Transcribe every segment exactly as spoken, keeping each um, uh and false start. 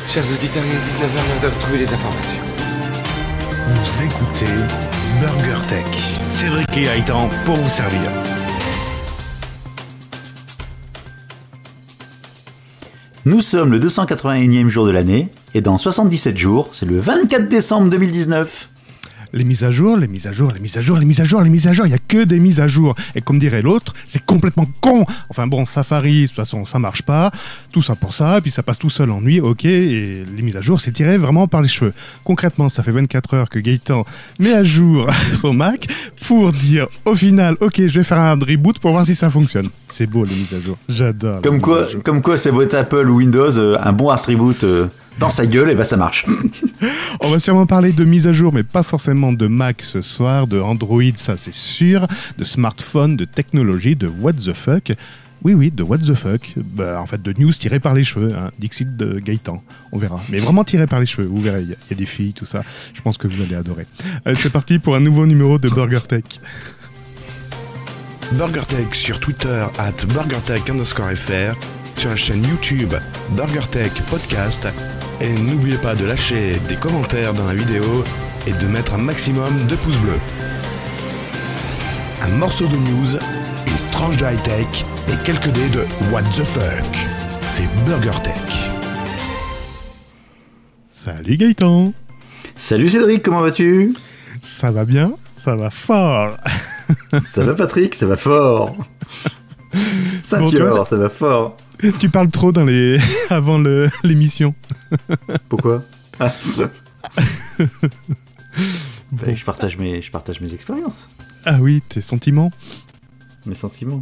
Chers auditeurs, il est dix-neuf heures, on doit trouver les informations. Vous écoutez Burger Tech. Cédric et Gaëtan pour vous servir. Nous sommes le deux cent quatre-vingt-unième jour de l'année, et dans soixante-dix-sept jours, c'est le vingt-quatre décembre deux mille dix-neuf. Les mises à jour, les mises à jour, les mises à jour, les mises à jour, les mises à jour, il n'y a que des mises à jour. Et comme dirait l'autre, c'est complètement con. Enfin bon, Safari, de toute façon, ça marche pas. Tout ça pour ça, puis ça passe tout seul en nuit, ok. Et les mises à jour, c'est tiré vraiment par les cheveux. Concrètement, ça fait vingt-quatre heures que Gaëtan met à jour son Mac pour dire, au final, ok, je vais faire un reboot pour voir si ça fonctionne. C'est beau, les mises à jour. J'adore. Comme quoi, comme quoi, c'est votre Apple ou Windows, euh, un bon hard reboot euh, dans sa gueule, et bah ça marche. On va sûrement parler de mise à jour, mais pas forcément de Mac ce soir, de Android, ça c'est sûr, de smartphone, de technologie, de what the fuck. Oui, oui, de what the fuck. Bah, en fait, de news tirées par les cheveux, hein. Dixit de Gaëtan, on verra. Mais vraiment tirées par les cheveux, vous verrez, il y, y a des filles, tout ça. Je pense que vous allez adorer. Allez, c'est parti pour un nouveau numéro de Burger Tech. Burger Tech sur Twitter, at BurgerTech underscore FR, sur la chaîne YouTube Burger Tech Podcast. Et n'oubliez pas de lâcher des commentaires dans la vidéo et de mettre un maximum de pouces bleus. Un morceau de news, une tranche de high-tech et quelques dés de what the fuck. C'est Burger Tech. Salut Gaëtan. Salut Cédric, comment vas-tu? Ça va bien, ça va fort. Ça va Patrick, ça va fort. Ça Bon, tu tu vas vois, voir, ça va fort. Tu parles trop dans les... avant le... l'émission. Pourquoi? Ah. Bon. Ben, je partage mes, je partage mes expériences, Ah oui, tes sentiments. mes sentiments.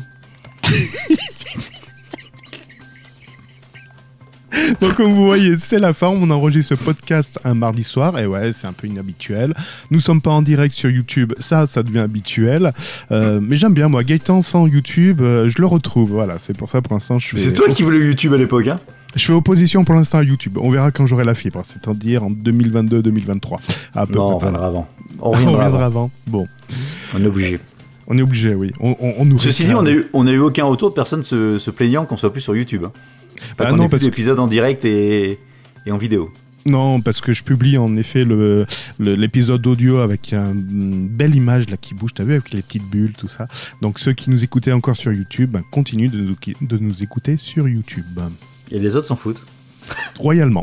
Donc comme vous voyez, c'est la forme, on enregistre ce podcast un mardi soir, et ouais, c'est un peu inhabituel. Nous sommes pas en direct sur YouTube, ça, ça devient habituel. Euh, mais j'aime bien, moi, Gaëtan sans YouTube, euh, je le retrouve, voilà, c'est pour ça pour l'instant je fais... Mais c'est toi qui voulais YouTube à l'époque, hein? Je fais opposition pour l'instant à YouTube, on verra quand j'aurai la fibre, c'est-à-dire en deux mille vingt-deux deux mille vingt-trois. À peu Non, on près. reviendra avant. On On reviendra reviendra avant. avant. Bon, On est obligé. on est obligé, oui. On, on, on nous Ceci dit, réclame. on a eu, on a eu aucun retour de personne se, se plaignant qu'on soit plus sur YouTube. Hein. Pas Ah qu'on non, ait plus parce que- d'épisodes en direct et, et en vidéo. Non, parce que je publie en effet le, le- l'épisode audio avec un- une belle image là qui bouge, t'as vu, avec les petites bulles, tout ça. Donc ceux qui nous écoutaient encore sur YouTube, ben, continuent de nous, de nous écouter sur YouTube. Et les autres s'en foutent. Royalement.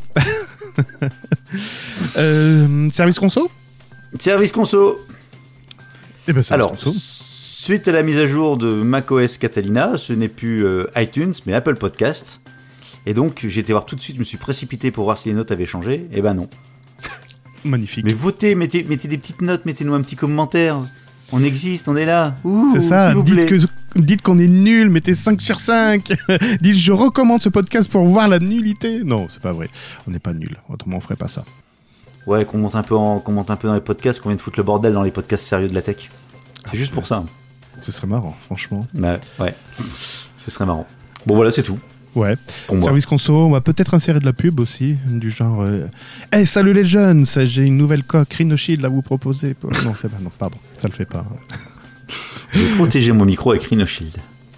euh, service conso. Service conso. Eh ben, service Alors, conso. suite à la mise à jour de macOS Catalina, ce n'est plus euh, iTunes, mais Apple Podcast. Et donc, j'ai été voir tout de suite, je me suis précipité pour voir si les notes avaient changé. Eh ben non. Magnifique. Mais votez, mettez, mettez des petites notes, mettez-nous un petit commentaire. On existe, on est là. Ouh, C'est ça, s'il vous dites, plaît. que, dites qu'on est nul, mettez cinq sur cinq. Dites je recommande ce podcast pour voir la nullité. Non, c'est pas vrai. On n'est pas nul. Autrement, on ferait pas ça. Ouais, qu'on monte un peu, en, qu'on monte un peu dans les podcasts, qu'on vienne foutre le bordel dans les podcasts sérieux de la tech. C'est juste pour ça. Ce serait marrant, franchement. Bah, ouais. Ce serait marrant. Bon, voilà, c'est tout. Ouais. Pour moi. Service conso, on va peut-être insérer de la pub aussi, du genre. Euh... Hey, salut les jeunes, ça, j'ai une nouvelle coque Rhino Shield à vous proposer. Non, c'est pas, non, pardon, ça le fait pas. J'ai protégé mon micro avec Rhino Shield.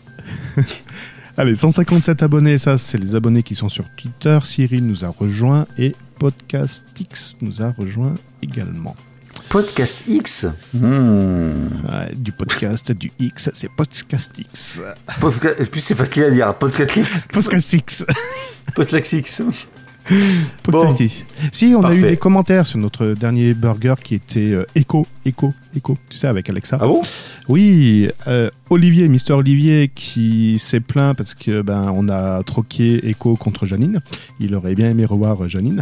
Allez, cent cinquante-sept abonnés, ça, c'est les abonnés qui sont sur Twitter. Cyril nous a rejoint et Podcastix nous a rejoint également. Podcast X mmh. Ouais, du podcast, du X, c'est Podcastix. Podca- Et puis c'est facile à dire. Podcast X. Podcastix. Podcast X. Podcastix. Si, on Parfait. a eu des commentaires sur notre dernier burger qui était euh, Echo, Echo, Echo, tu sais, avec Alexa. Ah bon? Oui, euh, Olivier, Mister Olivier, qui s'est plaint parce que ben on a troqué Echo contre Janine. Il aurait bien aimé revoir Janine.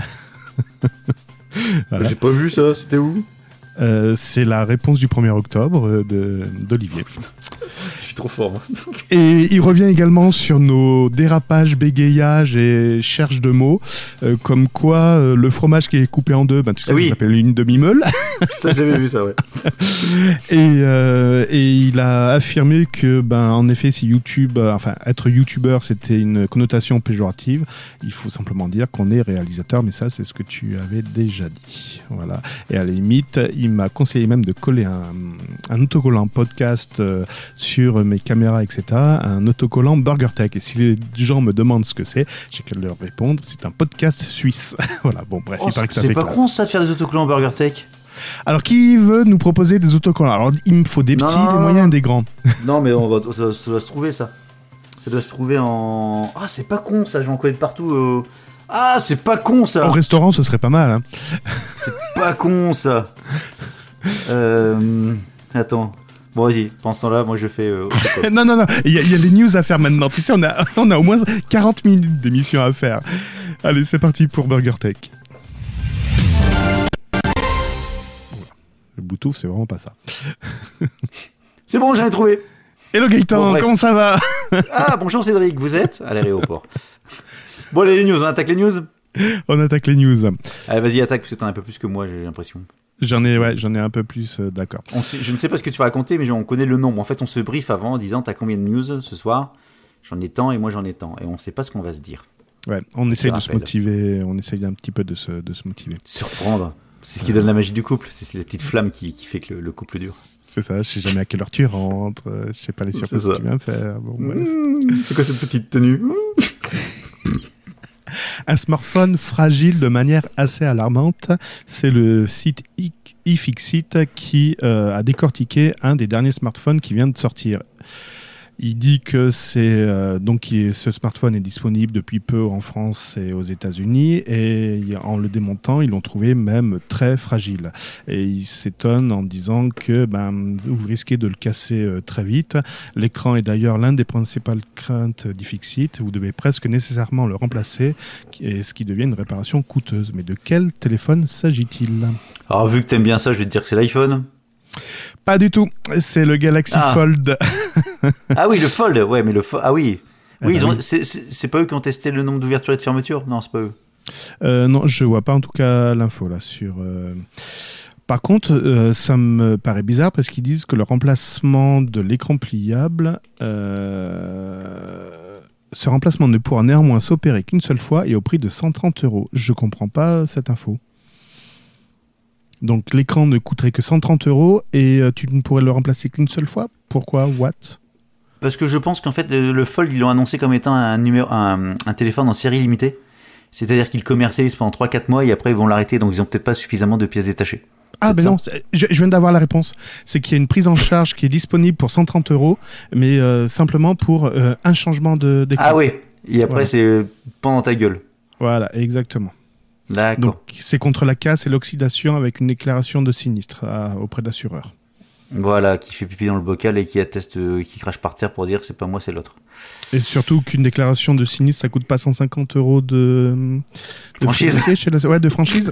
Voilà. J'ai pas vu ça, c'était où? Euh, c'est la réponse du premier octobre euh, de, d'Olivier. Je suis trop fort. Hein. Et il revient également sur nos dérapages, bégayages et cherches de mots, euh, comme quoi euh, le fromage qui est coupé en deux, ben, tu sais, Ah oui. ça s'appelle une demi-meule. Ça, j'avais vu ça, ouais. Et, euh, et il a affirmé que, ben, en effet, si YouTube, euh, enfin, être youtubeur, c'était une connotation péjorative, il faut simplement dire qu'on est réalisateur, mais ça, c'est ce que tu avais déjà dit. Voilà. Et à la limite, il m'a conseillé même de coller un, un autocollant podcast euh, sur mes caméras, et cetera, un autocollant BurgerTech. Et si les gens me demandent ce que c'est, j'ai qu'à leur répondre, c'est un podcast suisse. Voilà, bon, bref, Oh, il paraît que ça c'est fait pas classe. con ça de faire des autocollants BurgerTech. Alors, qui veut nous proposer des autocollants? Alors, il me faut des Non, petits, non, des non, moyens non. et des grands. Non, mais on va, ça, ça doit se trouver ça. Ça doit se trouver en. Ah, c'est pas con ça, je vais en connaître partout. euh. Ah, c'est pas con ça. Au restaurant, ce serait pas mal. Hein. C'est pas con ça. Euh... Attends. Bon, vas-y, pensant là, moi je fais. Euh, autocollant. non, non, non, il y, a- il y a des news à faire maintenant. Tu sais, on a, on a au moins quarante minutes d'émission à faire. Allez, c'est parti pour BurgerTech. Voilà. Le Bluetooth, c'est vraiment pas ça. C'est bon, j'en ai trouvé. Hello Gaëtan, Bon, bref. comment ça va? Ah, bonjour Cédric, vous êtes à l'aéroport. Bon, allez, les news, on attaque les news. On attaque les news. Allez, vas-y, attaque, parce que t'en as un peu plus que moi, j'ai l'impression. J'en ai, ouais, j'en ai un peu plus, euh, d'accord. On sait- je ne sais pas ce que tu vas raconter, mais on connaît le nombre. En fait, on se briefe avant en disant t'as combien de news ce soir? J'en ai tant et moi j'en ai tant. Et on ne sait pas ce qu'on va se dire. Ouais, on essaye te de se rappelle. motiver, on essaye un petit peu de se, de se motiver. Surprendre. C'est ce qui donne la magie du couple. C'est c'est la petite flamme qui, qui fait que le, le couple dure. C'est ça, je sais jamais à quelle heure tu rentres, euh, je sais pas les C'est surprises ça. que tu viens faire. Bon, bref. Mmh, c'est quoi cette petite tenue? Un smartphone fragile de manière assez alarmante, c'est le site i- iFixit qui euh, a décortiqué un des derniers smartphones qui vient de sortir. Il dit que c'est euh, donc il est- ce smartphone est disponible depuis peu en France et aux États-Unis et il- en le démontant, ils l'ont trouvé même très fragile. Et il s'étonne en disant que ben vous risquez de le casser euh, très vite. L'écran est d'ailleurs l'un des principales craintes d'iFixit. Vous devez presque nécessairement le remplacer, et ce qui devient une réparation coûteuse. Mais de quel téléphone s'agit-il? Alors, vu que t'aimes bien ça, je vais te dire que c'est l'iPhone. Pas du tout. C'est le Galaxy Ah. Fold. Ah oui, le Fold. Ouais, mais le Fold. Ah oui. Ah Oui, bah ils ont... oui. c'est- c'est c'est pas eux qui ont testé le nombre d'ouvertures et de fermetures? Non, c'est pas eux. Euh, non, je vois pas en tout cas l'info là sur. euh, Par contre, euh, ça me paraît bizarre parce qu'ils disent que le remplacement de l'écran pliable, euh, ce remplacement ne pourra néanmoins s'opérer qu'une seule fois et au prix de cent trente euros. Je comprends pas cette info. Donc l'écran ne coûterait que cent trente euros et euh, tu ne pourrais le remplacer qu'une seule fois. Pourquoi? What? Parce que je pense qu'en fait, le le Fold, ils l'ont annoncé comme étant un, numéro, un, un téléphone en série limitée. C'est-à-dire qu'ils le commercialisent pendant trois quatre mois et après ils vont l'arrêter, donc ils ont peut-être pas suffisamment de pièces détachées. Ah C'est ben ça. non, c'est- je, je viens d'avoir la réponse. C'est qu'il y a une prise en charge qui est disponible pour cent trente euros, mais euh, simplement pour euh, un changement de d'écran. Ah oui, et après Voilà. c'est pendant ta gueule. Voilà, exactement. D'accord. Donc c'est contre la casse et l'oxydation avec une déclaration de sinistre à- auprès de l'assureur. Voilà, qui fait pipi dans le bocal et qui atteste, euh, qui crache par terre pour dire c'est pas moi, c'est l'autre. Et surtout qu'une déclaration de sinistre, ça coûte pas cent cinquante euros de, de Franchise. frais chez la- ouais, de franchise.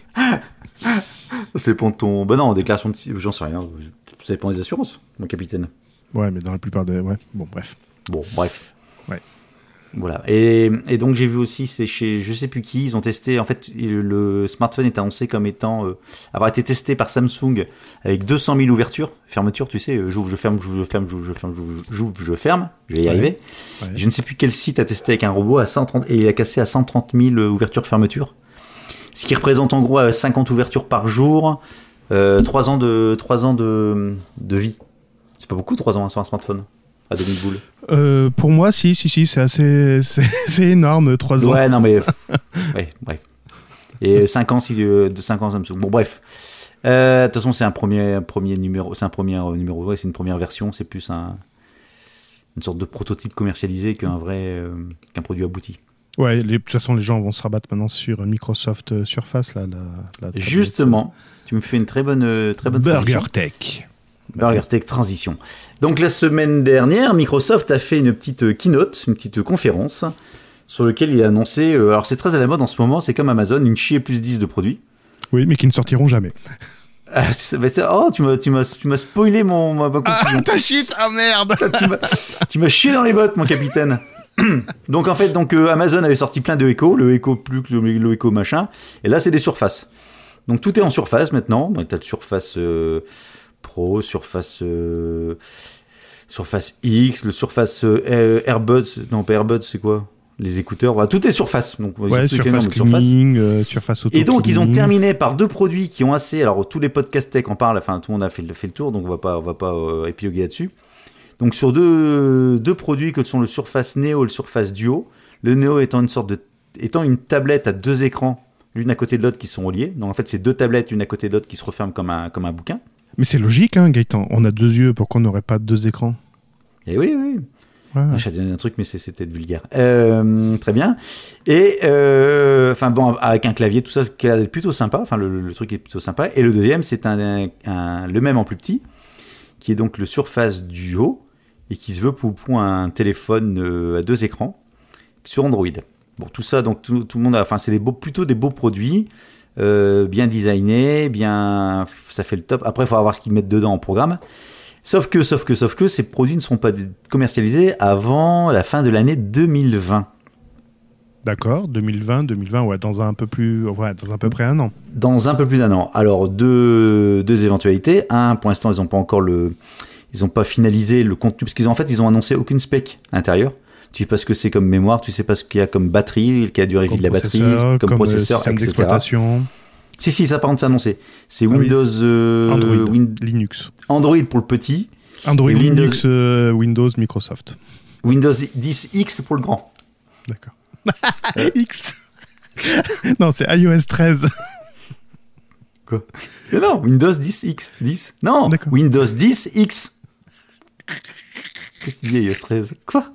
C'est pour ton. Bah non, déclaration de. J'en sais rien. Ça dépend des assurances, mon capitaine. Ouais, mais dans la plupart des... Ouais, bon, bref. Bon, bref. Ouais. Voilà. Et, et donc j'ai vu aussi, c'est chez je sais plus qui, ils ont testé. En fait, le, le smartphone est annoncé comme étant euh, avoir été testé par Samsung avec deux cent mille ouvertures, fermetures. Tu sais, euh, j'ouvre, je ferme, j'ouvre, je ferme, j'ouvre, je ferme, j'ouvre, j'ouvre, je ferme. Je vais y Ouais. arriver. Ouais. Je ne sais plus quel site a testé avec un robot à cent trente et il a cassé à cent trente mille ouvertures-fermetures. Ce qui représente en gros euh, cinquante ouvertures par jour, euh, trois ans de trois ans de, de vie. C'est pas beaucoup trois ans hein, sur un smartphone à deux mille boules. Euh, pour moi, si, si, si, c'est assez... C'est c'est énorme, trois ans. Ouais, non mais ouais, bref. Et cinq ans si euh, de cinq ans Samsung. Bon bref. Euh, De toute façon, c'est un premier un premier numéro, c'est un premier euh, numéro, ouais, c'est une première version, c'est plus un une sorte de prototype commercialisé qu'un vrai euh, qu'un produit abouti. Ouais, les- de toute façon, les gens vont se rabattre maintenant sur Microsoft euh, Surface, là. La, la tablette. Justement, tu me fais une très bonne euh, très bonne transition. BurgerTech. BurgerTech Transition. Donc la semaine dernière, Microsoft a fait une petite euh, keynote, une petite euh, conférence, sur laquelle il a annoncé, euh, alors c'est très à la mode en ce moment, c'est comme Amazon, une chier plus dix de produits. Oui, mais qui ne sortiront jamais. Ah, c'est- bah, c'est- oh, tu m'as, tu m'as, tu m'as spoilé mon, ma, ma conclusion. ta shit, ah merde. tu, m'as, tu m'as chié dans les bottes, mon capitaine. Donc en fait, donc, euh, Amazon avait sorti plein de Echo, le Echo Plus, le, le Echo machin, et là c'est des surfaces. Donc tout est en surface maintenant, donc tu as le Surface euh, Pro, Surface... Euh, Surface X, le Surface euh, Airbuds, non pas Airbuds, c'est quoi? Les écouteurs, voilà, tout est surface. Donc, ils ont Ouais, tous été Surface énormes de Cleaning, euh, Surface Auto. Et donc, ils ont Cleaning. terminé par deux produits qui ont assez. Alors, tous les podcasts tech en parlent, enfin, tout le monde a fait, le- fait le tour, donc on va pas, on va pas euh, épiloguer là-dessus. Donc sur deux, deux produits que sont le Surface Neo et le Surface Duo. Le Neo étant une sorte de, étant une tablette à deux écrans, l'une à côté de l'autre qui sont reliées. Donc en fait, c'est deux tablettes l'une à côté de l'autre qui se referment comme un, comme un bouquin. Mais c'est logique, hein, Gaëtan. On a deux yeux, pourquoi on n'aurait pas deux écrans ? Et oui, oui. Ouais, ouais. J'ai donné un truc, mais c'est, c'est peut-être vulgaire. Euh, très bien. Et euh, enfin bon, avec un clavier, tout ça, qui est plutôt sympa. Enfin, le, le truc est plutôt sympa. Et le deuxième, c'est un, un, un, le même en plus petit, qui est donc le Surface Duo et qui se veut pour, pour un téléphone euh, à deux écrans sur Android. Bon, tout ça, donc tout, tout le monde, a, enfin, c'est des beaux, plutôt des beaux produits, euh, bien designés, bien, ça fait le top. Après, il faut voir ce qu'ils mettent dedans en programme. Sauf que, sauf que, sauf que, ces produits ne seront pas commercialisés avant la fin de l'année deux mille vingt. D'accord, deux mille vingt, deux mille vingt, ouais, dans un peu plus, ouais, dans à peu près un an. Dans un peu plus d'un an. Alors, deux, deux éventualités. Un, pour l'instant, ils n'ont pas encore le, ils n'ont pas finalisé le contenu, parce qu'ils ont, en fait, ils ont annoncé aucune spec à l'intérieur. Tu sais pas ce que c'est comme mémoire, tu sais pas ce qu'il y a comme batterie, quelle a durée de vie de la batterie, comme, comme processeur, système et cetera. D'exploitation. Si, si, ça par contre c'est annoncé. C'est ah Windows... Oui. Euh, Android, Win... Linux. Android pour le petit. Android, Windows... Linux, euh, Windows, Microsoft. Windows dix X pour le grand. D'accord. X non, c'est i O S treize. Quoi? Mais non, Windows dix X. dix. Non, d'accord. Windows dix X. Qu'est-ce que tu dis, i O S treize? Quoi?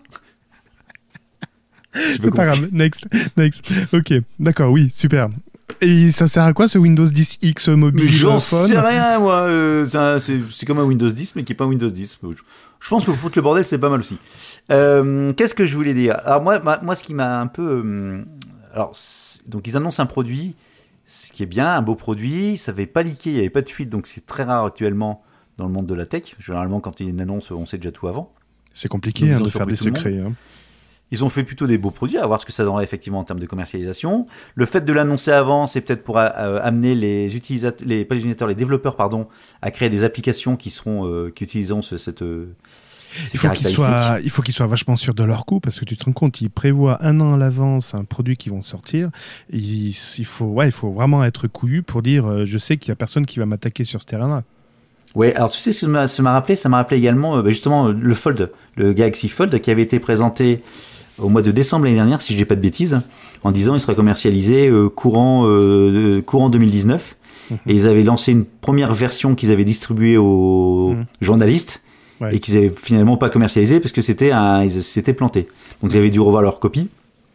C'est pas grave, next, next. Ok, d'accord, oui, super. Et ça sert à quoi ce Windows dix X mobile? J'en phone sais rien, moi. Euh, c'est, un, c'est, c'est comme un Windows dix, mais qui n'est pas un Windows dix. Je pense que foutre le bordel, c'est pas mal aussi. Euh, qu'est-ce que je voulais dire? Alors, moi, ma, moi, ce qui m'a un peu. Euh, alors, donc, ils annoncent un produit, ce qui est bien, un beau produit. Ça n'avait pas leaké, il n'y avait pas de fuite, donc c'est très rare actuellement dans le monde de la tech. Généralement, quand il y a une annonce, on sait déjà tout avant. C'est compliqué hein, de faire des secrets. Hein. Ils ont fait plutôt des beaux produits, à voir ce que ça donnerait effectivement en termes de commercialisation. Le fait de l'annoncer avant, c'est peut-être pour euh, amener les utilisateurs, les, pas les utilisateurs, les développeurs, pardon, à créer des applications qui seront, euh, qui utiliseront ce, cette, euh, ces il faut qu'ils soient, il faut qu'ils soient vachement sûrs de leur coût, parce que tu te rends compte, ils prévoient un an à l'avance un produit qui vont sortir. Il, il faut, ouais, il faut vraiment être couillu pour dire, euh, je sais qu'il y a personne qui va m'attaquer sur ce terrain-là. Ouais, alors tu sais ce que ça m'a, ça m'a rappelé, ça m'a rappelé également, euh, bah, justement, le Fold, le Galaxy Fold, qui avait été présenté au mois de décembre l'année dernière, si je dis pas de bêtises, en disant il sera commercialisé euh, courant, euh, courant deux mille dix-neuf. Mmh. Et ils avaient lancé une première version qu'ils avaient distribuée aux mmh. journalistes ouais. et qu'ils avaient finalement pas commercialisé parce que c'était un, ils s'étaient plantés. Donc ils avaient dû revoir leur copie.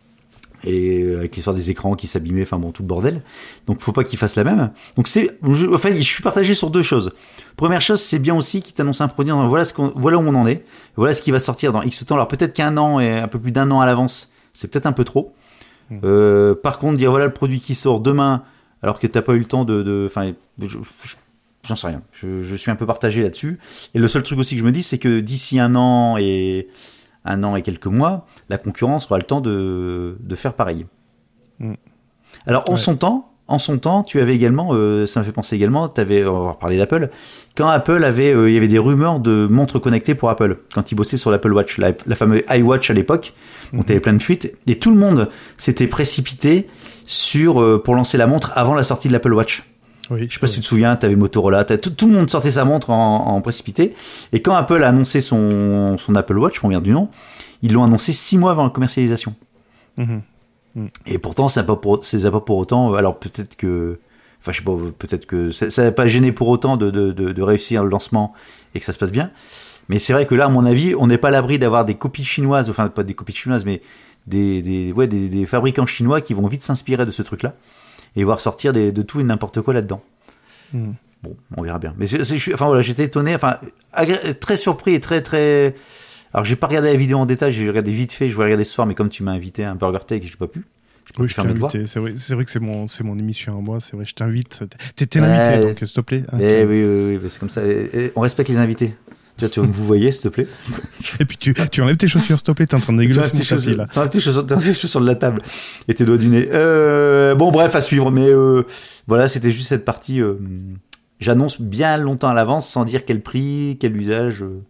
Et avec l'histoire des écrans qui s'abîmaient, enfin bon, tout le bordel. Donc faut pas qu'ils fassent la même. Donc c'est, je, enfin, je suis partagé sur deux choses. Première chose, c'est bien aussi qu'ils t'annoncent un produit. Voilà ce qu'on, voilà où on en est. Voilà ce qui va sortir dans X temps. Alors peut-être qu'un an et un peu plus d'un an à l'avance, c'est peut-être un peu trop. Mmh. Euh, par contre, dire voilà le produit qui sort demain, alors que t'as pas eu le temps de, de, enfin, je, je, j'en sais rien. Je, je suis un peu partagé là-dessus. Et le seul truc aussi que je me dis, c'est que d'ici un an et un an et quelques mois, la concurrence aura le temps de, de faire pareil. Mmh. Alors, en ouais. son temps, en son temps, tu avais également, euh, ça me fait penser également, tu avais, on va parler d'Apple, quand Apple avait, euh, il y avait des rumeurs de montres connectées pour Apple, quand ils bossaient sur l'Apple Watch, la, la fameuse iWatch à l'époque, mmh. donc tu avais plein de fuites, et tout le monde s'était précipité sur, euh, pour lancer la montre avant la sortie de l'Apple Watch. Oui, je sais pas si tu te souviens, tu avais Motorola, tout, tout le monde sortait sa montre en, en précipité. Et quand Apple a annoncé son, son Apple Watch, première du nom, ils l'ont annoncé six mois avant la commercialisation. Mmh. Mmh. Et pourtant, ça n'a pas, pas pour autant. Alors peut-être que, enfin, je sais pas, peut-être que ça n'a pas gêné pour autant de, de, de, de réussir le lancement et que ça se passe bien. Mais c'est vrai que là, à mon avis, on n'est pas à l'abri d'avoir des copies chinoises, enfin pas des copies chinoises, mais des, des, ouais, des, des fabricants chinois qui vont vite s'inspirer de ce truc-là. Et voir sortir des, de tout et n'importe quoi là-dedans. Mmh. Bon, on verra bien. Mais c'est, c'est, je suis, enfin voilà, j'étais étonné, enfin agré- très surpris et très très. Alors j'ai pas regardé la vidéo en détail, j'ai regardé vite fait, je vais regarder ce soir, mais comme tu m'as invité à un Burger Tech, j'ai pas pu. Oui, je t'ai invité. C'est vrai, c'est vrai que c'est mon, c'est mon émission à moi. C'est vrai, je t'invite. T'es, t'es l'invité, ouais, donc s'il te plaît. Hein, eh, oui, oui, oui, c'est comme ça. Et, et on respecte les invités. Tu vois, tu vous voyez, s'il te plaît. Et puis tu, tu enlèves tes chaussures, s'il te plaît, t'es en train de dégueuler mon tapis, là. Tu enlèves tes chaussures, tes chaussures sur de la table et tes doigts du nez. Euh, bon, bref, à suivre, mais euh, voilà, c'était juste cette partie. Euh, j'annonce bien longtemps à l'avance, sans dire quel prix, quel usage. Euh,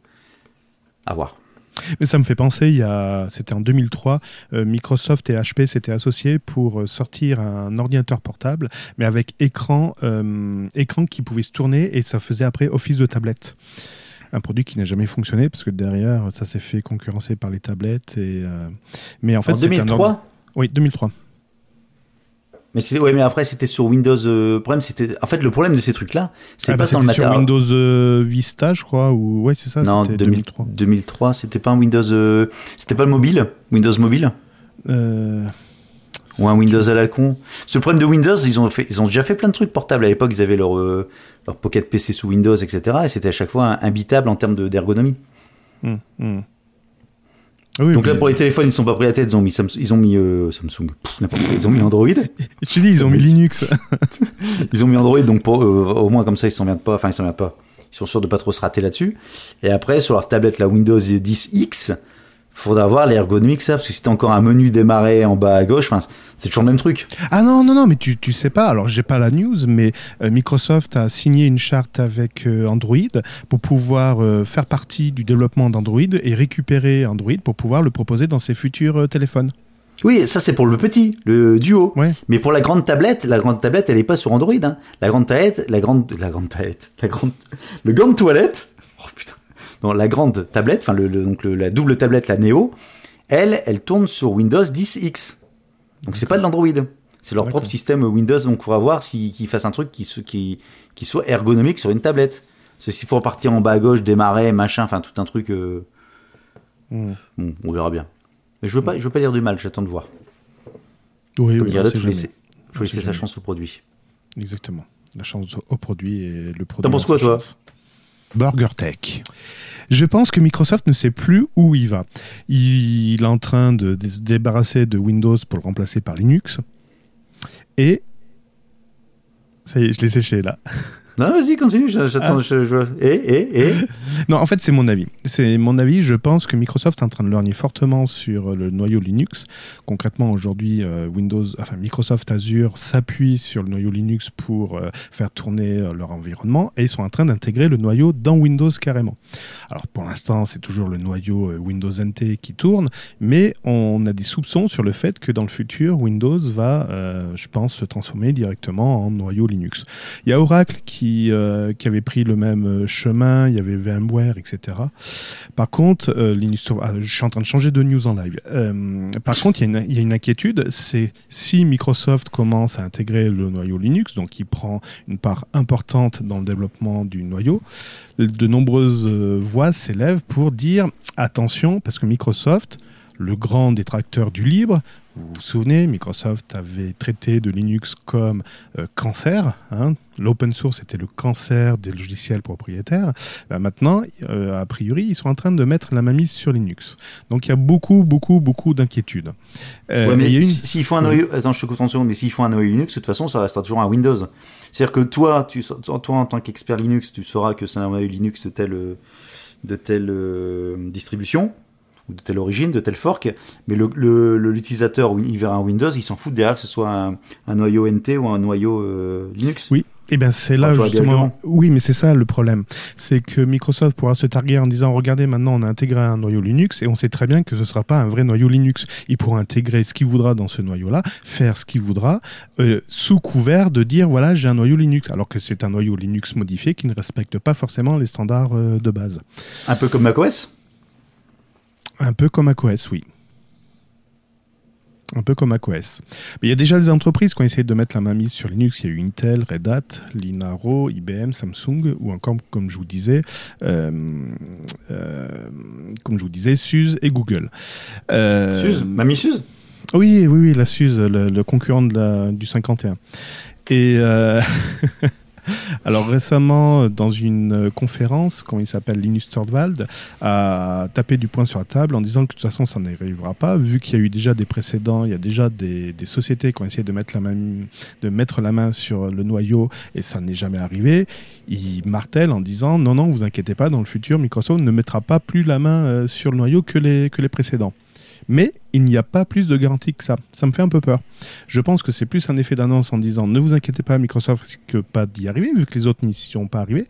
à voir. Mais ça me fait penser, il y a, c'était en deux mille trois, euh, Microsoft et H P s'étaient associés pour sortir un ordinateur portable, mais avec écran, euh, écran qui pouvait se tourner et ça faisait après office de tablette. un produit qui n'a jamais fonctionné parce que derrière, ça s'est fait concurrencer par les tablettes. Et, euh... Mais en fait, en deux mille trois un... Oui, deux mille trois. Mais c'était ouais, mais après c'était sur Windows. Euh, problème, c'était en fait le problème de ces trucs-là, c'est ah pas bah, dans le matériel. Sur Windows euh, Vista, je crois, ou ouais, c'est ça. Non, c'était deux mille trois. deux mille trois, c'était pas un Windows. Euh... C'était pas le mobile, Windows mobile. Euh... Ou un Windows à la con. C'est le problème de Windows, ils ont fait, ils ont déjà fait plein de trucs portables. À l'époque, ils avaient leur euh, leur Pocket P C sous Windows, et cetera. Et c'était à chaque fois imbitable en termes de, d'ergonomie. Mmh, mmh. Oui, Donc mais... là, pour les téléphones, ils ne sont pas pris la tête. Ils ont mis, Samsung, ils ont mis euh, Samsung. Pff, n'importe quoi. Ils ont mis Android. Je te dis, ils ont mis Linux. Ils ont mis Android, donc pour, euh, au moins comme ça, ils s'emmerdent pas. Enfin, ils s'emmerdent pas. Ils sont sûrs de pas trop se rater là-dessus. Et après, sur leur tablette, la Windows dix X, faudra avoir l'ergonomie que ça, parce que si t'as encore un menu démarrer en bas à gauche, enfin, c'est toujours le même truc. Ah non, non, non, mais tu, tu sais pas, alors j'ai pas la news, mais euh, Microsoft a signé une charte avec euh, Android pour pouvoir euh, faire partie du développement d'Android et récupérer Android pour pouvoir le proposer dans ses futurs euh, téléphones. Oui, ça c'est pour le petit, le duo. Ouais. Mais pour la grande tablette, la grande tablette, elle est pas sur Android. Hein. La grande tablette, la grande, la grande tablette, la grande, le grande toilette. Oh putain. Non, la grande tablette, enfin le, le, donc le, la double tablette, la Neo, elle, elle tourne sur Windows dix X. Donc c'est pas de l'Android, c'est leur D'accord. propre système Windows. Donc il faudra voir s'ils qui fassent un truc qui, qui, qui soit ergonomique sur une tablette. Parce que s'il faut repartir en bas à gauche, démarrer, machin, enfin tout un truc. Euh... Mmh. Bon, on verra bien. Mais je veux pas, je veux pas dire du mal, j'attends de voir. Oui, Comme oui, dirait on l'autre, sait faut laisser, jamais. faut laisser sait sa jamais. chance au produit. Exactement. La chance au produit et le produit. T'en penses quoi, sa toi chance. BurgerTech. Je pense que Microsoft ne sait plus où il va. Il est en train de, de se débarrasser de Windows pour le remplacer par Linux. Et... Ça y est, je l'ai séché là. Non, vas-y, continue, j'attends. Ah. Je, je... Et, et, et Non, en fait, c'est mon avis. C'est mon avis. Je pense que Microsoft est en train de lorgner fortement sur le noyau Linux. Concrètement, aujourd'hui, euh, Windows, enfin Microsoft Azure s'appuie sur le noyau Linux pour euh, faire tourner euh, leur environnement, et ils sont en train d'intégrer le noyau dans Windows carrément. Alors, pour l'instant, c'est toujours le noyau euh, Windows N T qui tourne, mais on a des soupçons sur le fait que dans le futur, Windows va, euh, je pense, se transformer directement en noyau Linux. Il y a Oracle qui Qui, euh, qui avait pris le même chemin, il y avait VMware, et cetera. Par contre, euh, Linux, ah, je suis en train de changer de news en live. Euh, par contre, il y, il y a une inquiétude, c'est si Microsoft commence à intégrer le noyau Linux, donc il prend une part importante dans le développement du noyau, de nombreuses euh, voix s'élèvent pour dire attention, parce que Microsoft, le grand détracteur du libre, vous vous souvenez, Microsoft avait traité de Linux comme euh, cancer. Hein. L'open source était le cancer des logiciels propriétaires. Ben maintenant, euh, a priori, ils sont en train de mettre la mainmise sur Linux. Donc il y a beaucoup, beaucoup, beaucoup d'inquiétudes. Euh, ouais, mais il y a une... s'ils font un noyau, attends, je te coupe en seconde, mais s'ils font un noyau Linux, de toute façon, ça restera toujours un Windows. C'est-à-dire que toi, tu, toi, en tant qu'expert Linux, tu sauras que c'est un noyau Linux de telle, de telle euh, distribution, ou de telle origine, de tel fork, mais le, le, le, l'utilisateur, il verra un Windows, il s'en fout derrière que ce soit un, un noyau N T ou un noyau euh, Linux. Oui. Eh bien, c'est là enfin, justement. Oui, mais c'est ça le problème. C'est que Microsoft pourra se targuer en disant regardez, maintenant on a intégré un noyau Linux et on sait très bien que ce ne sera pas un vrai noyau Linux. Il pourra intégrer ce qu'il voudra dans ce noyau-là, faire ce qu'il voudra, euh, sous couvert de dire voilà, j'ai un noyau Linux, alors que c'est un noyau Linux modifié qui ne respecte pas forcément les standards euh, de base. Un peu comme macOS ? Un peu comme macOS, oui. Un peu comme macOS. Mais il y a déjà des entreprises qui ont essayé de mettre la main mise sur Linux. Il y a eu Intel, Red Hat, Linaro, I B M, Samsung, ou encore, comme je vous disais, euh, euh, comme je vous disais, SUSE et Google. Euh, SUSE, Mamie SUSE ? Oui, oui, oui, la SUSE, le, le concurrent de la, du cinquante et un. Et euh, alors récemment, dans une conférence, comment il s'appelle, Linus Torvald a tapé du poing sur la table en disant que de toute façon ça n'arrivera pas, vu qu'il y a eu déjà des précédents, il y a déjà des, des sociétés qui ont essayé de mettre, la main, de mettre la main sur le noyau et ça n'est jamais arrivé. Il martèle en disant non, non, vous inquiétez pas, dans le futur, Microsoft ne mettra pas plus la main sur le noyau que les, que les précédents. Mais il n'y a pas plus de garantie que ça. Ça me fait un peu peur. Je pense que c'est plus un effet d'annonce en disant ne vous inquiétez pas, Microsoft risque pas d'y arriver, vu que les autres n'y sont pas arrivés.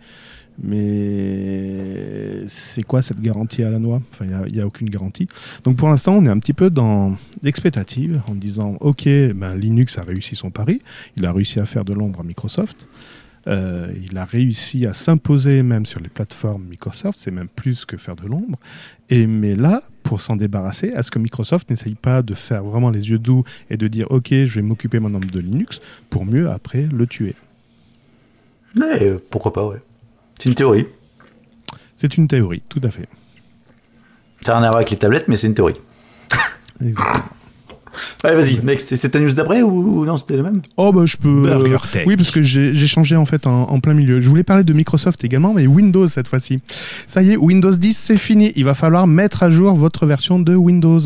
Mais c'est quoi cette garantie à la noix ? Enfin, il n'y a, a aucune garantie. Donc pour l'instant, on est un petit peu dans l'expectative en disant ok, ben, Linux a réussi son pari. Il a réussi à faire de l'ombre à Microsoft. Euh, il a réussi à s'imposer même sur les plateformes Microsoft, c'est même plus que faire de l'ombre. Et, mais là, pour s'en débarrasser, est-ce que Microsoft n'essaye pas de faire vraiment les yeux doux et de dire « Ok, je vais m'occuper maintenant de Linux » pour mieux après le tuer? Ouais, euh, pourquoi pas, ouais. C'est une théorie. C'est une théorie, tout à fait. Ça n'a rien à voir avec les tablettes, mais c'est une théorie. Exactement. Ouais, vas-y, next. C'est ta news d'après ou non, c'était le même? Oh bah je peux... Burger euh, Tech. Oui, parce que j'ai, j'ai changé en fait en, en plein milieu. Je voulais parler de Microsoft également, mais Windows cette fois-ci. Ça y est, Windows dix, c'est fini. Il va falloir mettre à jour votre version de Windows.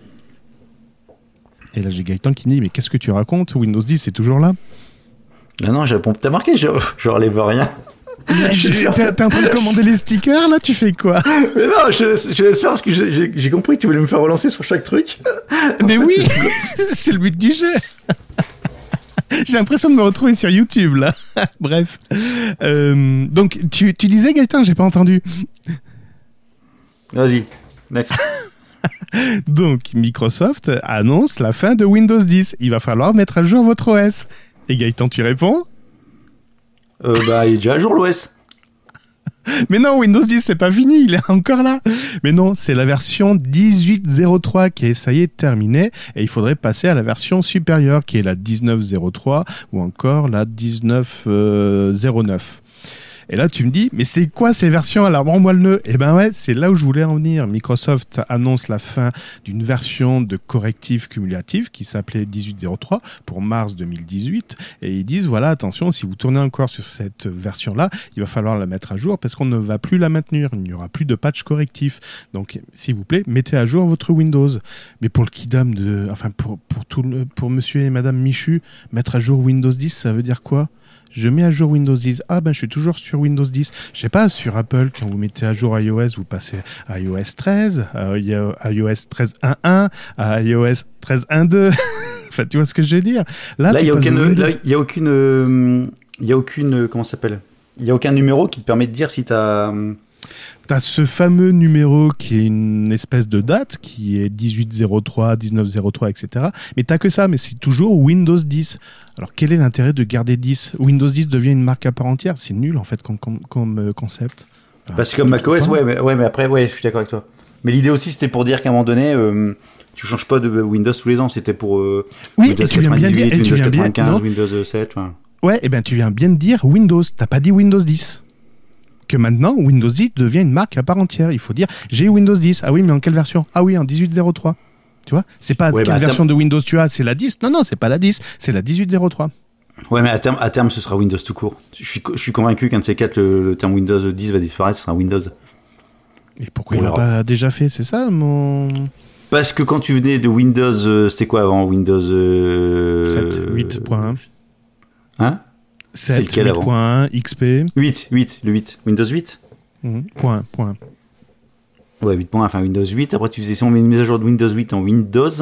Et là, j'ai Gaëtan qui me dit, mais qu'est-ce que tu racontes? Windows dix, c'est toujours là. Non, non, j'ai... t'as marqué, je, je relève rien. T'es, t'es en train de commander les stickers, là? Tu fais quoi? Mais non, je, laisse- je laisse faire parce que j'ai, j'ai- j'ai compris que tu voulais me faire relancer sur chaque truc. En Mais fait, oui, c'est- c'est le but du jeu. J'ai l'impression de me retrouver sur YouTube, là. Bref. Euh, donc, tu, tu disais, Gaëtan, j'ai pas entendu. Vas-y, next. Donc, Microsoft annonce la fin de Windows dix. Il va falloir mettre à jour votre O S. Et Gaëtan, tu réponds? Euh, bah, il est déjà à jour l'O S. Mais non, Windows dix, c'est pas fini, il est encore là. Mais non, c'est la version dix-huit zéro trois qui est, ça y est, terminée. Et il faudrait passer à la version supérieure, qui est la dix-neuf zéro trois ou encore la dix-neuf zéro neuf. Et là, tu me dis, mais c'est quoi ces versions? Alors, rends-moi le nœud. Eh ben ouais, c'est là où je voulais en venir. Microsoft annonce la fin d'une version de correctif cumulatif qui s'appelait dix-huit zéro trois pour mars deux mille dix-huit. Et ils disent, voilà, attention, si vous tournez encore sur cette version-là, il va falloir la mettre à jour parce qu'on ne va plus la maintenir. Il n'y aura plus de patch correctif. Donc, s'il vous plaît, mettez à jour votre Windows. Mais pour le kidam de, enfin, pour, pour tout le, pour monsieur et madame Michu, mettre à jour Windows dix, ça veut dire quoi? Je mets à jour Windows dix. Ah ben je suis toujours sur Windows dix. Je sais pas, sur Apple, quand vous mettez à jour iOS, vous passez à iOS treize, à iOS treize point un point un, à iOS treize point un point deux. Enfin, tu vois ce que je veux dire? Là, Là, il tu n'y a passes de aucune, Windows- là, il y a aucune, euh, il y a aucune, euh, comment ça s'appelle? Il y a aucun numéro qui te permet de dire si t'as. euh, T'as ce fameux numéro qui est une espèce de date, qui est dix-huit zéro trois, dix-neuf zéro trois, et cetera. Mais t'as que ça, mais c'est toujours Windows dix. Alors quel est l'intérêt de garder dix? Windows dix devient une marque à part entière. C'est nul en fait comme, comme, comme euh, concept. Enfin, Bah, c'est comme je macOS, trouve pas. ouais, mais, ouais, mais après, ouais, je suis d'accord avec toi. Mais l'idée aussi, c'était pour dire qu'à un moment donné, euh, tu changes pas de Windows tous les ans. C'était pour euh, Oui, Windows et tu viens bien dire, et quatre-vingt-dix-huit, tu viens Windows bien, quatre-vingt-quinze, non Windows sept. Enfin. Ouais, et ben tu viens bien de dire Windows. T'as pas dit Windows dix. Que maintenant, Windows dix devient une marque à part entière. Il faut dire, j'ai Windows dix. Ah oui, mais en quelle version? Ah oui, en dix-huit zéro trois. Tu vois? C'est pas Ouais, quelle bah, version de Windows tu as, c'est la dix. Non, non, c'est pas la dix, c'est la dix-huit zéro trois. Ouais, mais à terme, à terme, ce sera Windows tout court. Je suis, je suis convaincu qu'un de ces quatre, le, le terme Windows dix va disparaître, ce sera Windows. Et pourquoi On il l'a verra. pas déjà fait? C'est ça, mon... Parce que quand tu venais de Windows, euh, c'était quoi avant Windows euh, sept, huit point un. Hein sept, lequel huit avant point un, X P. huit, huit, le huit. Windows huit. Mhm. Point, point. Ouais, huit point un, enfin Windows huit. Après, tu faisais, si on met une mise à jour de Windows huit en Windows,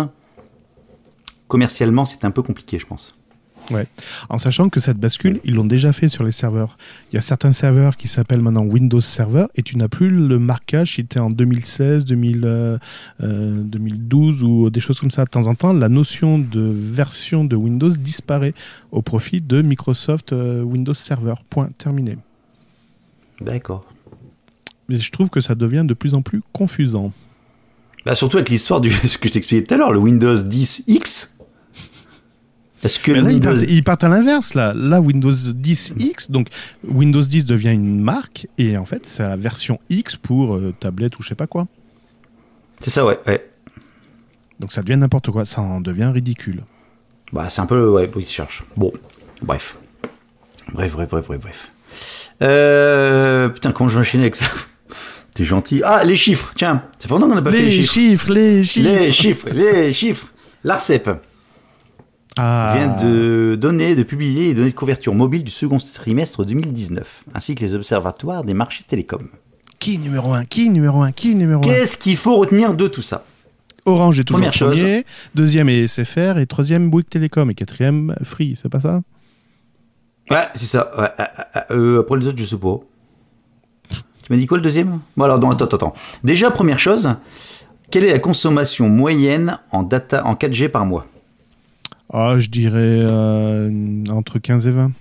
commercialement, c'est un peu compliqué, je pense. Ouais. En sachant que cette bascule, ils l'ont déjà fait sur les serveurs. Il y a certains serveurs qui s'appellent maintenant Windows Server et tu n'as plus le marquage si tu es en deux mille seize, deux mille, euh, euh, deux mille douze ou des choses comme ça. De temps en temps, la notion de version de Windows disparaît au profit de Microsoft euh, Windows Server. Point terminé. D'accord. Mais je trouve que ça devient de plus en plus confusant. Bah, surtout avec l'histoire du ce que je t'expliquais tout à l'heure, le Windows dix X. Est-ce que Mais le là, ils Windows... partent, ils partent à l'inverse. Là. là, Windows dix X, donc Windows dix devient une marque et en fait, c'est la version X pour euh, tablette ou je sais pas quoi. C'est ça, ouais. ouais. Donc ça devient n'importe quoi, ça en devient ridicule. Bah, c'est un peu... Ouais, ils se cherchent. Bon, bref. Bref, bref, bref, bref, bref. Euh... Putain, comment je vais enchaîner avec ça? T'es gentil. Ah, les chiffres, tiens. Ça fait longtemps qu'on n'a pas fait les Les chiffres. chiffres, les chiffres. Les chiffres, les chiffres. L'ARCEP Ah. vient de donner, de publier les données de couverture mobile du second trimestre deux mille dix-neuf, ainsi que les observatoires des marchés télécoms. Qui numéro un? Qui numéro un? Qui numéro un? Qu'est-ce qu'il faut retenir de tout ça? Orange est toujours Première chose. premier, deuxième est S F R et troisième Bouygues Télécom et quatrième Free, c'est pas ça? Ouais, c'est ça. Ouais, euh, euh, après les autres, je sais pas. Tu m'as dit quoi le deuxième? Bon alors, non, attends, attends, attends. Déjà, première chose, quelle est la consommation moyenne en data en quatre G par mois? Ah, je dirais euh, entre quinze et vingt.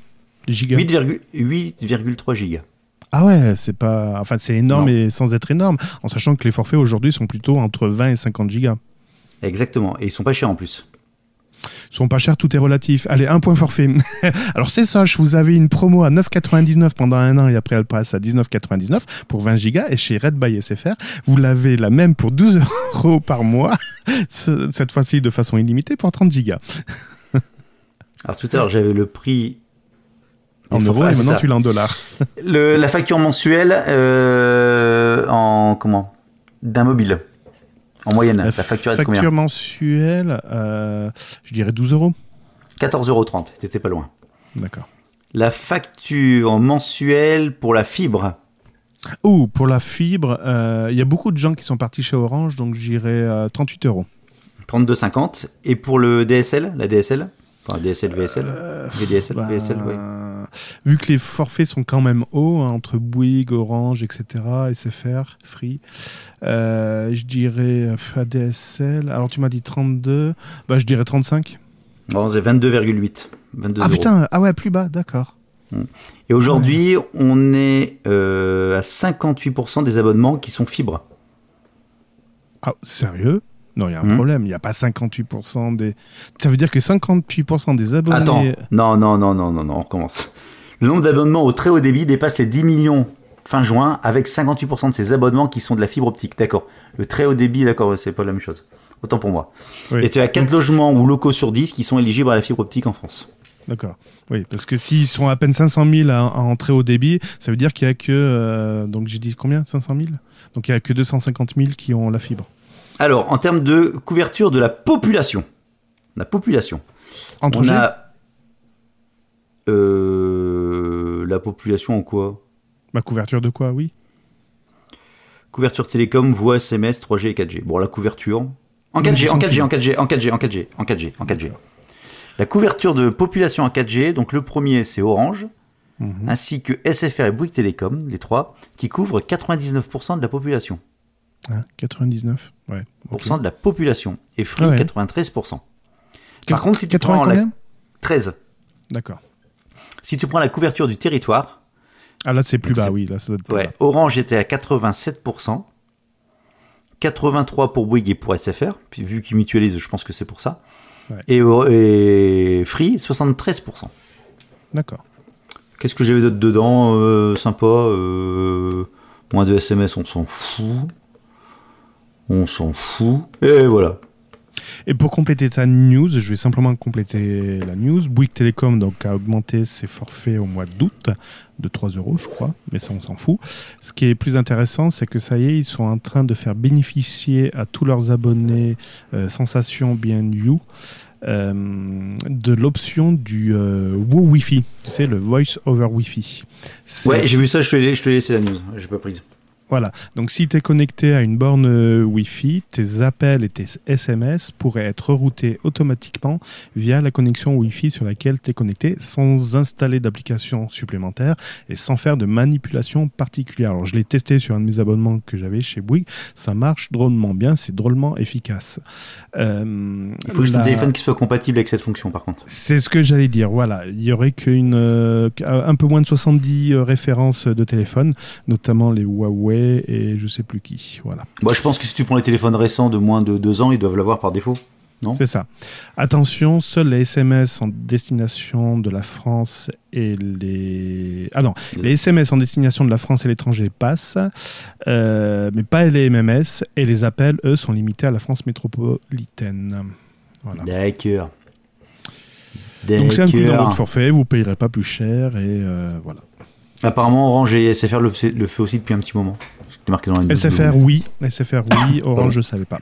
gigas. huit virgule trois gigas. Ah ouais, c'est pas, enfin c'est énorme Non. et sans être énorme, en sachant que les forfaits aujourd'hui sont plutôt entre vingt et cinquante gigas. Exactement, et ils sont pas chers en plus. Ils sont pas chers, tout est relatif. Allez, un point forfait. Alors c'est ça, vous avez une promo à neuf euros quatre-vingt-dix-neuf pendant un an et après elle passe à dix-neuf euros quatre-vingt-dix-neuf pour vingt gigas. Et chez Red by S F R, vous l'avez la même pour douze euros par mois, cette fois-ci de façon illimitée pour trente gigas. Alors tout à l'heure j'avais le prix en des euros forfaits. et Ah, maintenant c'est ça. tu l'as en dollars. Le, la facture mensuelle euh, en comment d'un mobile en moyenne. La, La facture est de facture combien? mensuelle, euh, je dirais douze euros. quatorze euros trente. T'étais pas loin. D'accord. La facture mensuelle pour la fibre. Oh, pour la fibre, il euh, y a beaucoup de gens qui sont partis chez Orange, donc j'irais euh, trente-huit euros. trente-deux cinquante. Et pour le D S L, la D S L, enfin D S L, V S L, Euh, V D S L, bah, V S L, oui. Vu que les forfaits sont quand même hauts, hein, entre Bouygues, Orange, et cetera, S F R, Free, euh, je dirais A D S L. Alors tu m'as dit trente-deux, bah je dirais trente-cinq. Bon, c'est vingt-deux virgule huit. vingt-deux Ah euros. putain, ah ouais, plus bas, d'accord. Et aujourd'hui, on est euh, à cinquante-huit pour cent des abonnements qui sont fibres. Ah, sérieux? Non, il y a un Hmm. problème, il n'y a pas cinquante-huit pour cent des... Ça veut dire que cinquante-huit pour cent des abonnés... Attends, non, non, non, non, non, non, on recommence. Le nombre d'abonnements au très haut débit dépasse les dix millions fin juin, avec cinquante-huit pour cent de ces abonnements qui sont de la fibre optique. D'accord. Le très haut débit, d'accord, c'est pas la même chose. Autant pour moi. Oui. Et tu as quatre logements ou locaux sur dix qui sont éligibles à la fibre optique en France. D'accord. Oui, parce que s'ils sont à peine cinq cent mille à, à entrer au débit, ça veut dire qu'il n'y a que... euh, donc j'ai dit combien? cinq cent mille? Donc il n'y a que deux cent cinquante mille qui ont la fibre. Alors, en termes de couverture de la population, la population, Entre on G a euh, la population en quoi? Ma couverture de quoi, oui. Couverture télécom, voix, S M S, trois G et quatre G. Bon, la couverture en quatre G, en quatre G, en quatre G, en quatre G, en quatre G, en quatre G, en quatre G. La couverture de population en quatre G, donc le premier c'est Orange, Mhm. ainsi que S F R et Bouygues Télécom, les trois, qui couvrent quatre-vingt-dix-neuf pour cent de la population. Ah, quatre-vingt-dix-neuf, ouais. Pour ok. cent de la population. Et Free, Ah ouais. quatre-vingt-treize pour cent. Par Qu- contre, si tu quatre-vingts prends la... combien treize. D'accord. Si tu prends la couverture du territoire, Ah là, c'est plus Donc bas, c'est- oui. Là, ça doit être plus ouais, bas. Orange était à quatre-vingt-sept pour cent, quatre-vingt-trois pour Bouygues et pour S F R, puis vu qu'ils mutualisent, je pense que c'est pour ça. Ouais. Et, et Free, soixante-treize pour cent. D'accord. Qu'est-ce que j'avais d'autre dedans euh, Sympa. Euh, moins de S M S, on s'en fout. On s'en fout. Et voilà. Et pour compléter ta news, je vais simplement compléter la news. Bouygues Télécom donc, a augmenté ses forfaits au mois d'août de trois euros, je crois, mais ça, on s'en fout. Ce qui est plus intéressant, c'est que ça y est, ils sont en train de faire bénéficier à tous leurs abonnés euh, Sensation B N U euh, de l'option du euh, Woo Wi-Fi, tu sais, le Voice over Wi-Fi. C'est- Ouais, j'ai vu ça, je te l'ai je te l'ai laissé la news. J'ai pas prise. Voilà, donc si tu es connecté à une borne euh, Wi-Fi, tes appels et tes S M S pourraient être routés automatiquement via la connexion Wi-Fi sur laquelle tu es connecté, sans installer d'application supplémentaire et sans faire de manipulation particulière. Alors je l'ai testé sur un de mes abonnements que j'avais chez Bouygues, ça marche drôlement bien, c'est drôlement efficace. Euh, Il faut juste la- un téléphone qui soit compatible avec cette fonction, par contre. C'est ce que j'allais dire, voilà. Il y aurait qu'une, euh, un peu moins de soixante-dix euh, références de téléphone, notamment les Huawei et je sais plus qui, voilà. Moi, je pense que si tu prends les téléphones récents de moins de deux ans, ils doivent l'avoir par défaut. Non ? C'est ça. Attention, seuls les S M S en destination de la France et les... Ah non, les S M S en destination de la France et l'étranger passent, euh, mais pas les M M S, et les appels, eux, sont limités à la France métropolitaine. Voilà. D'accord. Donc c'est inclus dans D'accord. votre forfait, vous ne payerez pas plus cher, et euh, voilà. Apparemment, Orange et S F R le, fait- le fait aussi depuis un petit moment. C'était marqué dans la news. S F R, oui. S F R, oui. Orange, Pardon. je ne savais pas.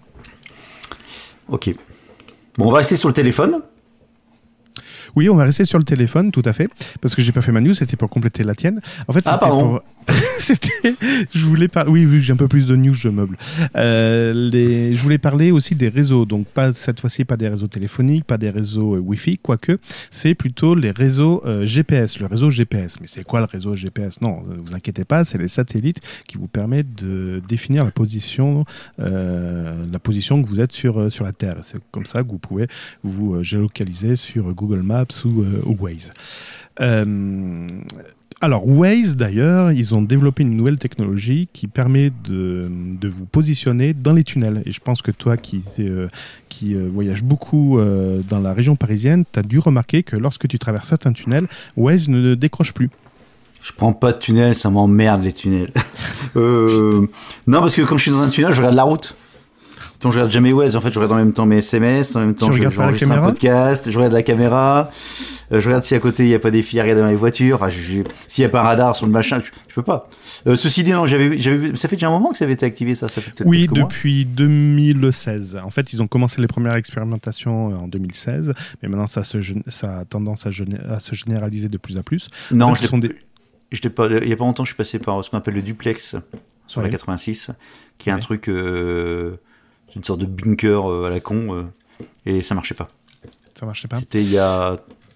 Ok. Bon, on va rester sur le téléphone. Oui, on va rester sur le téléphone, tout à fait, parce que j'ai pas fait ma news, c'était pour compléter la tienne. En fait, Ah, c'était pardon. pour... c'était... Je voulais parler... Oui, vu que j'ai un peu plus de news, je meuble. Euh, les... Je voulais parler aussi des réseaux, donc pas cette fois-ci pas des réseaux téléphoniques, pas des réseaux euh, Wi-Fi, quoique, c'est plutôt les réseaux euh, G P S, le réseau G P S. Mais c'est quoi le réseau G P S? Non, ne vous inquiétez pas, c'est les satellites qui vous permettent de définir la position, euh, la position que vous êtes sur, euh, sur la Terre. C'est comme ça que vous pouvez vous euh, géolocaliser sur Google Maps ou, euh, ou Waze. Euh, alors, Waze, d'ailleurs, ils ont développé une nouvelle technologie qui permet de, de vous positionner dans les tunnels. Et je pense que toi, qui, euh, qui euh, voyage beaucoup euh, dans la région parisienne, tu as dû remarquer que lorsque tu traverses certains tunnels, Waze ne décroche plus. Je prends pas de tunnel, ça m'emmerde les tunnels. euh, non, parce que quand je suis dans un tunnel, je regarde la route. Donc, je regarde jamais Waze, en fait, je regarde en même temps mes S M S, en même temps, je, je enregistre un podcast, je regarde la caméra, euh, je regarde si à côté il y a pas des filles à regarder dans les voitures, enfin, je, je, s'il y a pas un radar sur le machin, je, je peux pas. Euh, ceci dit, non, j'avais, j'avais, ça fait déjà un moment que ça avait été activé, ça, ça fait peut-être Oui, quelques depuis mois. deux mille seize. En fait, ils ont commencé les premières expérimentations en deux mille seize, mais maintenant, ça, se, ça a tendance à, gené- à se généraliser de plus en plus. Non, en fait, je sont des... je l'ai pas, il y a pas longtemps, je suis passé par ce qu'on appelle le duplex sur oui. la quatre-vingt-six, qui est oui. un truc, euh, une sorte de bunker euh, à la con, euh, et ça marchait pas. Ça marchait pas. C'était il y a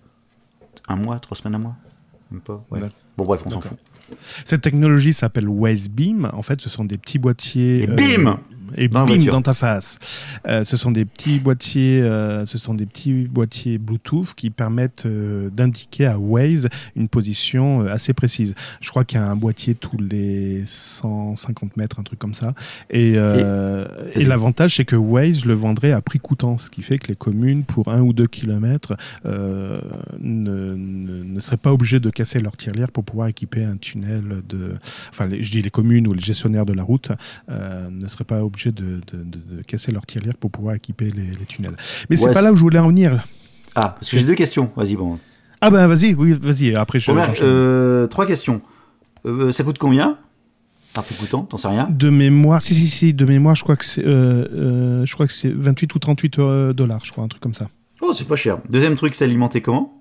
un mois, trois semaines, un mois, même pas. Ouais. Bon bref, on D'accord. s'en fout. Cette technologie s'appelle Waze Beam. En fait, ce sont des petits boîtiers. Et bim euh, Et dans bim dans ta face. Euh, ce sont des petits boîtiers. Euh, ce sont des petits boîtiers Bluetooth qui permettent euh, d'indiquer à Waze une position euh, assez précise. Je crois qu'il y a un boîtier tous les cent cinquante mètres, un truc comme ça. Et, euh, et, et l'avantage, c'est que Waze le vendrait à prix coûtant, ce qui fait que les communes, pour un ou deux kilomètres, euh, ne, ne, ne seraient pas obligées de casser leur tirelire pour pouvoir équiper un tunnel. De, enfin, les, je dis les communes ou les gestionnaires de la route euh, ne seraient pas obligés de, de, de, de casser leur tirelire pour pouvoir équiper les, les tunnels. Mais ouais, c'est pas là où je voulais en venir. Ah, parce que j'ai deux questions. Vas-y, bon. Ah ben vas-y, oui, vas-y. Après, je. Première, euh, trois questions. Euh, ça coûte combien? Un peu coûtant, t'en sais rien? De mémoire, si si si, de mémoire, je crois que c'est, euh, euh, je crois que c'est vingt-huit ou trente-huit dollars, je crois, un truc comme ça. Oh, c'est pas cher. Deuxième truc, c'est alimenté comment?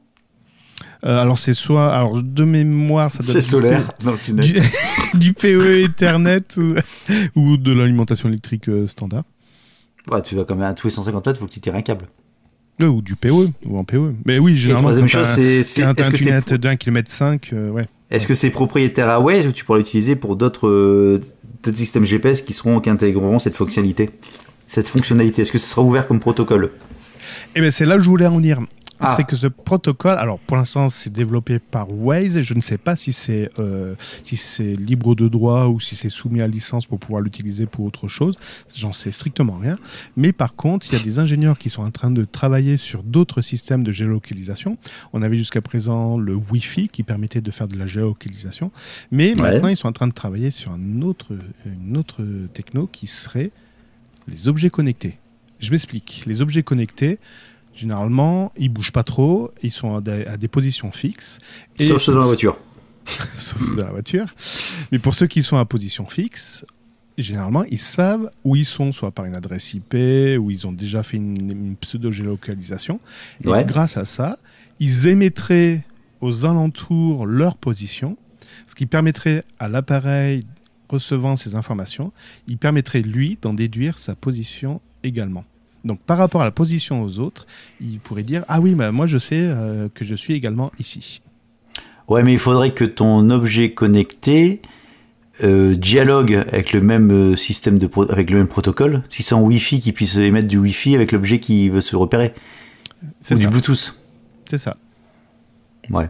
Euh, alors c'est soit, alors de mémoire, ça doit c'est être solaire du, dans le tunnel. Du, du P E Ethernet ou, ou de l'alimentation électrique euh, standard. Ouais, tu vas quand même à tous les cent cinquante mètres, faut que tu tires un câble. Euh, ou du P E ou en P E. Mais oui, généralement. Et troisième chose, c'est, c'est un, est-ce un que tunnel c'est d'un kilomètre cinq, euh, ouais. Est-ce que c'est propriétaire à Waze ou tu pourras l'utiliser pour d'autres, euh, d'autres systèmes G P S qui seront qui intégreront cette fonctionnalité, cette fonctionnalité. Est-ce que ce sera ouvert comme protocole? Eh ben c'est là où je voulais en venir. Ah. C'est que ce protocole, alors pour l'instant c'est développé par Waze, je ne sais pas si c'est, euh, si c'est libre de droit ou si c'est soumis à licence pour pouvoir l'utiliser pour autre chose, j'en sais strictement rien. Mais par contre, il y a des ingénieurs qui sont en train de travailler sur d'autres systèmes de géolocalisation. On avait jusqu'à présent le Wi-Fi qui permettait de faire de la géolocalisation, mais ouais. maintenant ils sont en train de travailler sur un autre, une autre techno qui serait les objets connectés. Je m'explique, les objets connectés, généralement, ils bougent pas trop, ils sont à des, à des positions fixes. Et Sauf ceux dans la voiture. Sauf ceux dans la voiture. Mais pour ceux qui sont à position fixe, généralement, ils savent où ils sont, soit par une adresse I P, ou ils ont déjà fait une, une pseudo-géolocalisation. Et ouais. grâce à ça, ils émettraient aux alentours leur position, ce qui permettrait à l'appareil recevant ces informations, il permettrait, lui, d'en déduire sa position également. Donc, par rapport à la position aux autres, il pourrait dire « Ah oui, bah, moi, je sais euh, que je suis également ici. » Ouais, mais il faudrait que ton objet connecté euh, dialogue avec le même système de pro- avec le même protocole. Si c'est en Wi-Fi, qu'il puisse émettre du Wi-Fi avec l'objet qui veut se repérer. C'est Ou ça. du Bluetooth. C'est ça. Ouais.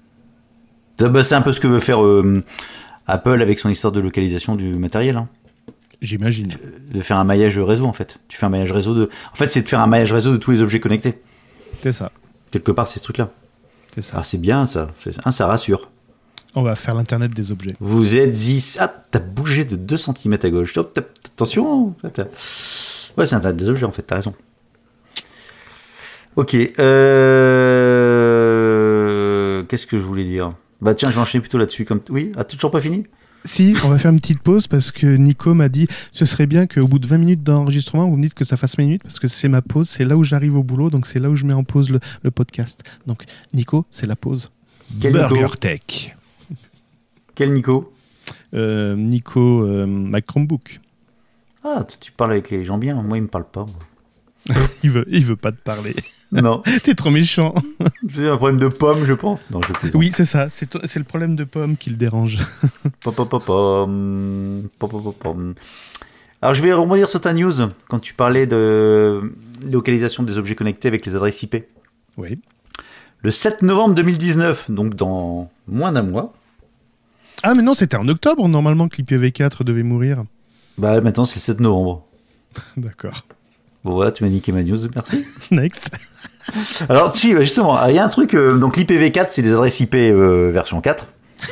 Ça, bah, c'est un peu ce que veut faire euh, Apple avec son histoire de localisation du matériel, hein. J'imagine. De faire un maillage réseau, en fait. Tu fais un maillage réseau de... En fait, c'est de faire un maillage réseau de tous les objets connectés. C'est ça. Quelque part, c'est ce truc-là. C'est ça. Alors, c'est bien, ça. C'est... Hein, ça rassure. On va faire l'Internet des objets. Vous êtes ici... Ah, t'as bougé de deux centimètres à gauche. Hop, attention. Ouais, c'est Internet des objets, en fait. T'as raison. Ok. Euh... Qu'est-ce que je voulais dire? Bah tiens, je vais enchaîner plutôt là-dessus. Comme... Oui, ah, t'es toujours pas fini? Si, on va faire une petite pause parce que Nico m'a dit ce serait bien qu'au bout de vingt minutes d'enregistrement, vous me dites que ça fasse vingt minutes parce que c'est ma pause, c'est là où j'arrive au boulot, donc c'est là où je mets en pause le, le podcast. Donc, Nico, c'est la pause. Quel Burger Nico Tech. Quel Nico euh, Nico, euh, Mac Chromebook. Ah, tu parles avec les gens bien, moi il me parle pas. Moi. il veut, il veut pas te parler. Non. T'es trop méchant. C'est un problème de pomme, je pense. Non, je plaisante. Oui, c'est ça. C'est, c'est le problème de pomme qui le dérange. pom, pom, pom, pom, pom, pom, pom. Alors, je vais rebondir sur ta news quand tu parlais de localisation des objets connectés avec les adresses I P. Oui. Le sept novembre deux mille dix-neuf, donc dans moins d'un mois. Ah, mais non, c'était en octobre, normalement, que l'I P v quatre devait mourir. Bah, maintenant, c'est le sept novembre. D'accord. Bon, voilà, tu m'as niqué ma news, merci. Next. Alors, si, justement, il y a un truc, euh, donc l'I P v quatre, c'est des adresses I P euh, version quatre.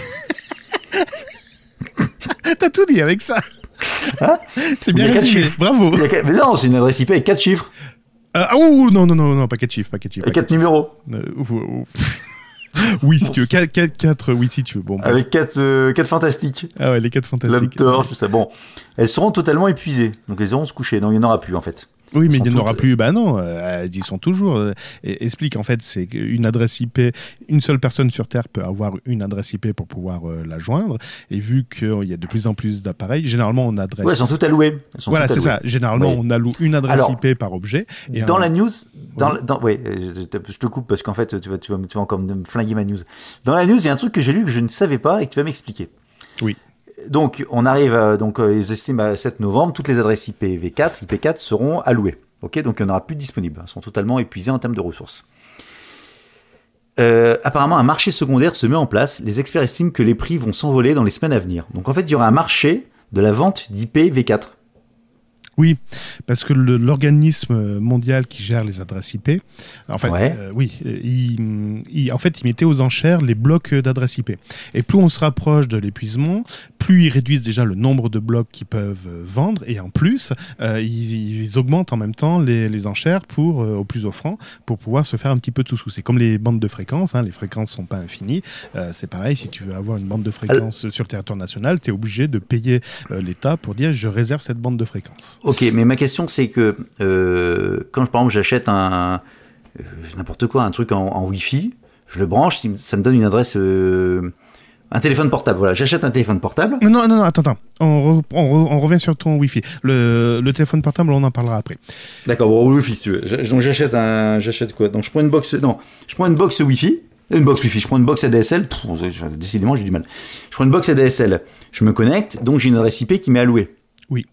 T'as tout dit avec ça. Hein C'est bien Il y a quatre résumé, chiffres. bravo. Il y a quatre- Mais non, c'est une adresse I P avec quatre chiffres Euh, ah, ouh, non, non, non, non, pas quatre chiffres, pas quatre chiffres. et pas quatre numéros. Euh, ouh, ouh. Oui, si tu veux. quatre, quatre, quatre, oui, si tu veux. Bon, bref. Avec quatre, euh, quatre fantastiques. Ah ouais, les quatre L'homme fantastiques. torche, tout ça. Bon, elles seront totalement épuisées. Donc elles auront se coucher. Donc il n'y en aura plus, en fait. Oui, mais Sont il n'y en aura toutes- plus. Bah non, euh, elles y sont toujours. Euh, et- explique, en fait, c'est qu'une adresse I P, une seule personne sur Terre peut avoir une adresse I P pour pouvoir euh, la joindre. Et vu qu'il y a de plus en plus d'appareils, généralement, on adresse. Ouais, elles sont toutes allouées. Elles sont Voilà, toutes c'est allouées. ça. Généralement, Oui. on alloue une adresse Alors, I P par objet. Et Dans un- la news, dans, Oui. dans, ouais, euh, je te, je te coupe parce qu'en fait, tu vas, tu vas, tu vas encore me flinguer ma news. Dans la news, il y a un truc que j'ai lu que je ne savais pas et que tu vas m'expliquer. Oui. Donc, on arrive, à, donc, euh, ils estiment à sept novembre, toutes les adresses I P v quatre, I P quatre seront allouées. Ok, donc il n'y en aura plus de disponibles. Elles sont totalement épuisées en termes de ressources. Euh, apparemment, un marché secondaire se met en place. Les experts estiment que les prix vont s'envoler dans les semaines à venir. Donc, en fait, il y aura un marché de la vente d'I P v quatre. Oui, parce que le- l'organisme mondial qui gère les adresses I P, en fait, Ouais. euh, oui, euh, il, il- en fait, il mettait aux enchères les blocs d'adresses I P. Et plus on se rapproche de l'épuisement, plus ils réduisent déjà le nombre de blocs qu'ils peuvent euh, vendre, et en plus, euh, ils, ils augmentent en même temps les, les enchères pour, euh, au plus offrant, pour pouvoir se faire un petit peu de sous-sous. C'est comme les bandes de fréquences, hein, les fréquences sont pas infinies. Euh, c'est pareil, si tu veux avoir une bande de fréquences sur le territoire national, tu es obligé de payer euh, l'État pour dire je réserve cette bande de fréquences. Ok, mais ma question c'est que euh, quand par exemple j'achète un euh, n'importe quoi, un truc en, en Wi-Fi, je le branche, ça me donne une adresse, euh, un téléphone portable. Voilà, j'achète un téléphone portable. Non, non, non, attends, attends. On, re- on, re- on revient sur ton Wi-Fi. Le, le téléphone portable, on en parlera après. D'accord, bon Wi-Fi si tu veux. J'a- Donc j'achète un, j'achète quoi? Donc je prends une box, non, je prends une box Wi-Fi. Une box Wi-Fi, je prends une box A D S L. Pff, décidément, j'ai du mal. Je prends une box A D S L. Je me connecte, donc j'ai une adresse I P qui m'est allouée. Oui.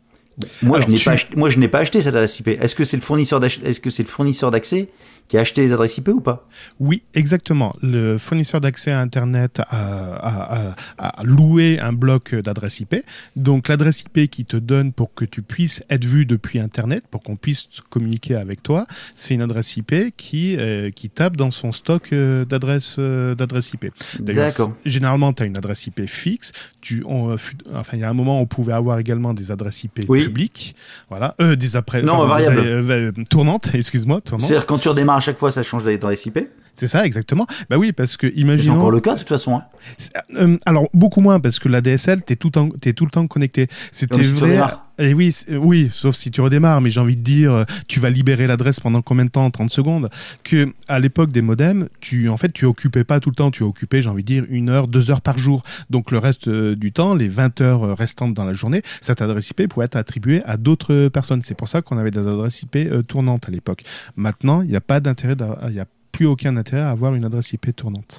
Moi, Alors, je n'ai tu- pas acheté, moi, je n'ai pas acheté cette adresse I P. Est-ce que c'est le fournisseur d'ach- est-ce que c'est le fournisseur d'accès qui a acheté les adresses I P ou pas? Oui, exactement. Le fournisseur d'accès à Internet a, a- a- a loué un bloc d'adresse I P. Donc, l'adresse I P qui te donne pour que tu puisses être vu depuis Internet, pour qu'on puisse communiquer avec toi, c'est une adresse I P qui, euh, qui tape dans son stock euh, d'adresses euh, d'adresse I P. D'ailleurs, D'accord. c- généralement, tu as une adresse I P fixe. Tu, on, euh, fut- enfin, il y a un moment, on pouvait avoir également des adresses I P Oui. publiques. Voilà. Euh, des après, Non, pardon, variables. des, euh, euh, tournantes, excuse-moi, tournantes. C'est-à-dire quand tu redémarres à chaque fois, ça change d'adresse I P. C'est ça, exactement. Bah oui, parce que C'est imaginons. encore le cas de toute façon. Hein. C'est- euh, alors beaucoup moins parce que la D S L, t'es tout, le temps- t'es tout le temps connecté. C'était mais si tu vrai. redémarres. Et oui, c'est- oui, sauf si tu redémarres. Mais j'ai envie de dire, euh, tu vas libérer l'adresse pendant combien de temps? trente secondes. Que à l'époque des modems, tu en fait, tu occupais pas tout le temps. Tu occupais, j'ai envie de dire, une heure, deux heures par jour. Donc le reste euh, du temps, les vingt heures restantes dans la journée, cette adresse I P pouvait être attribuée à d'autres personnes. C'est pour ça qu'on avait des adresses I P euh, tournantes à l'époque. Maintenant, il n'y a pas d'intérêt, d'a- il y a plus aucun intérêt à avoir une adresse I P tournante.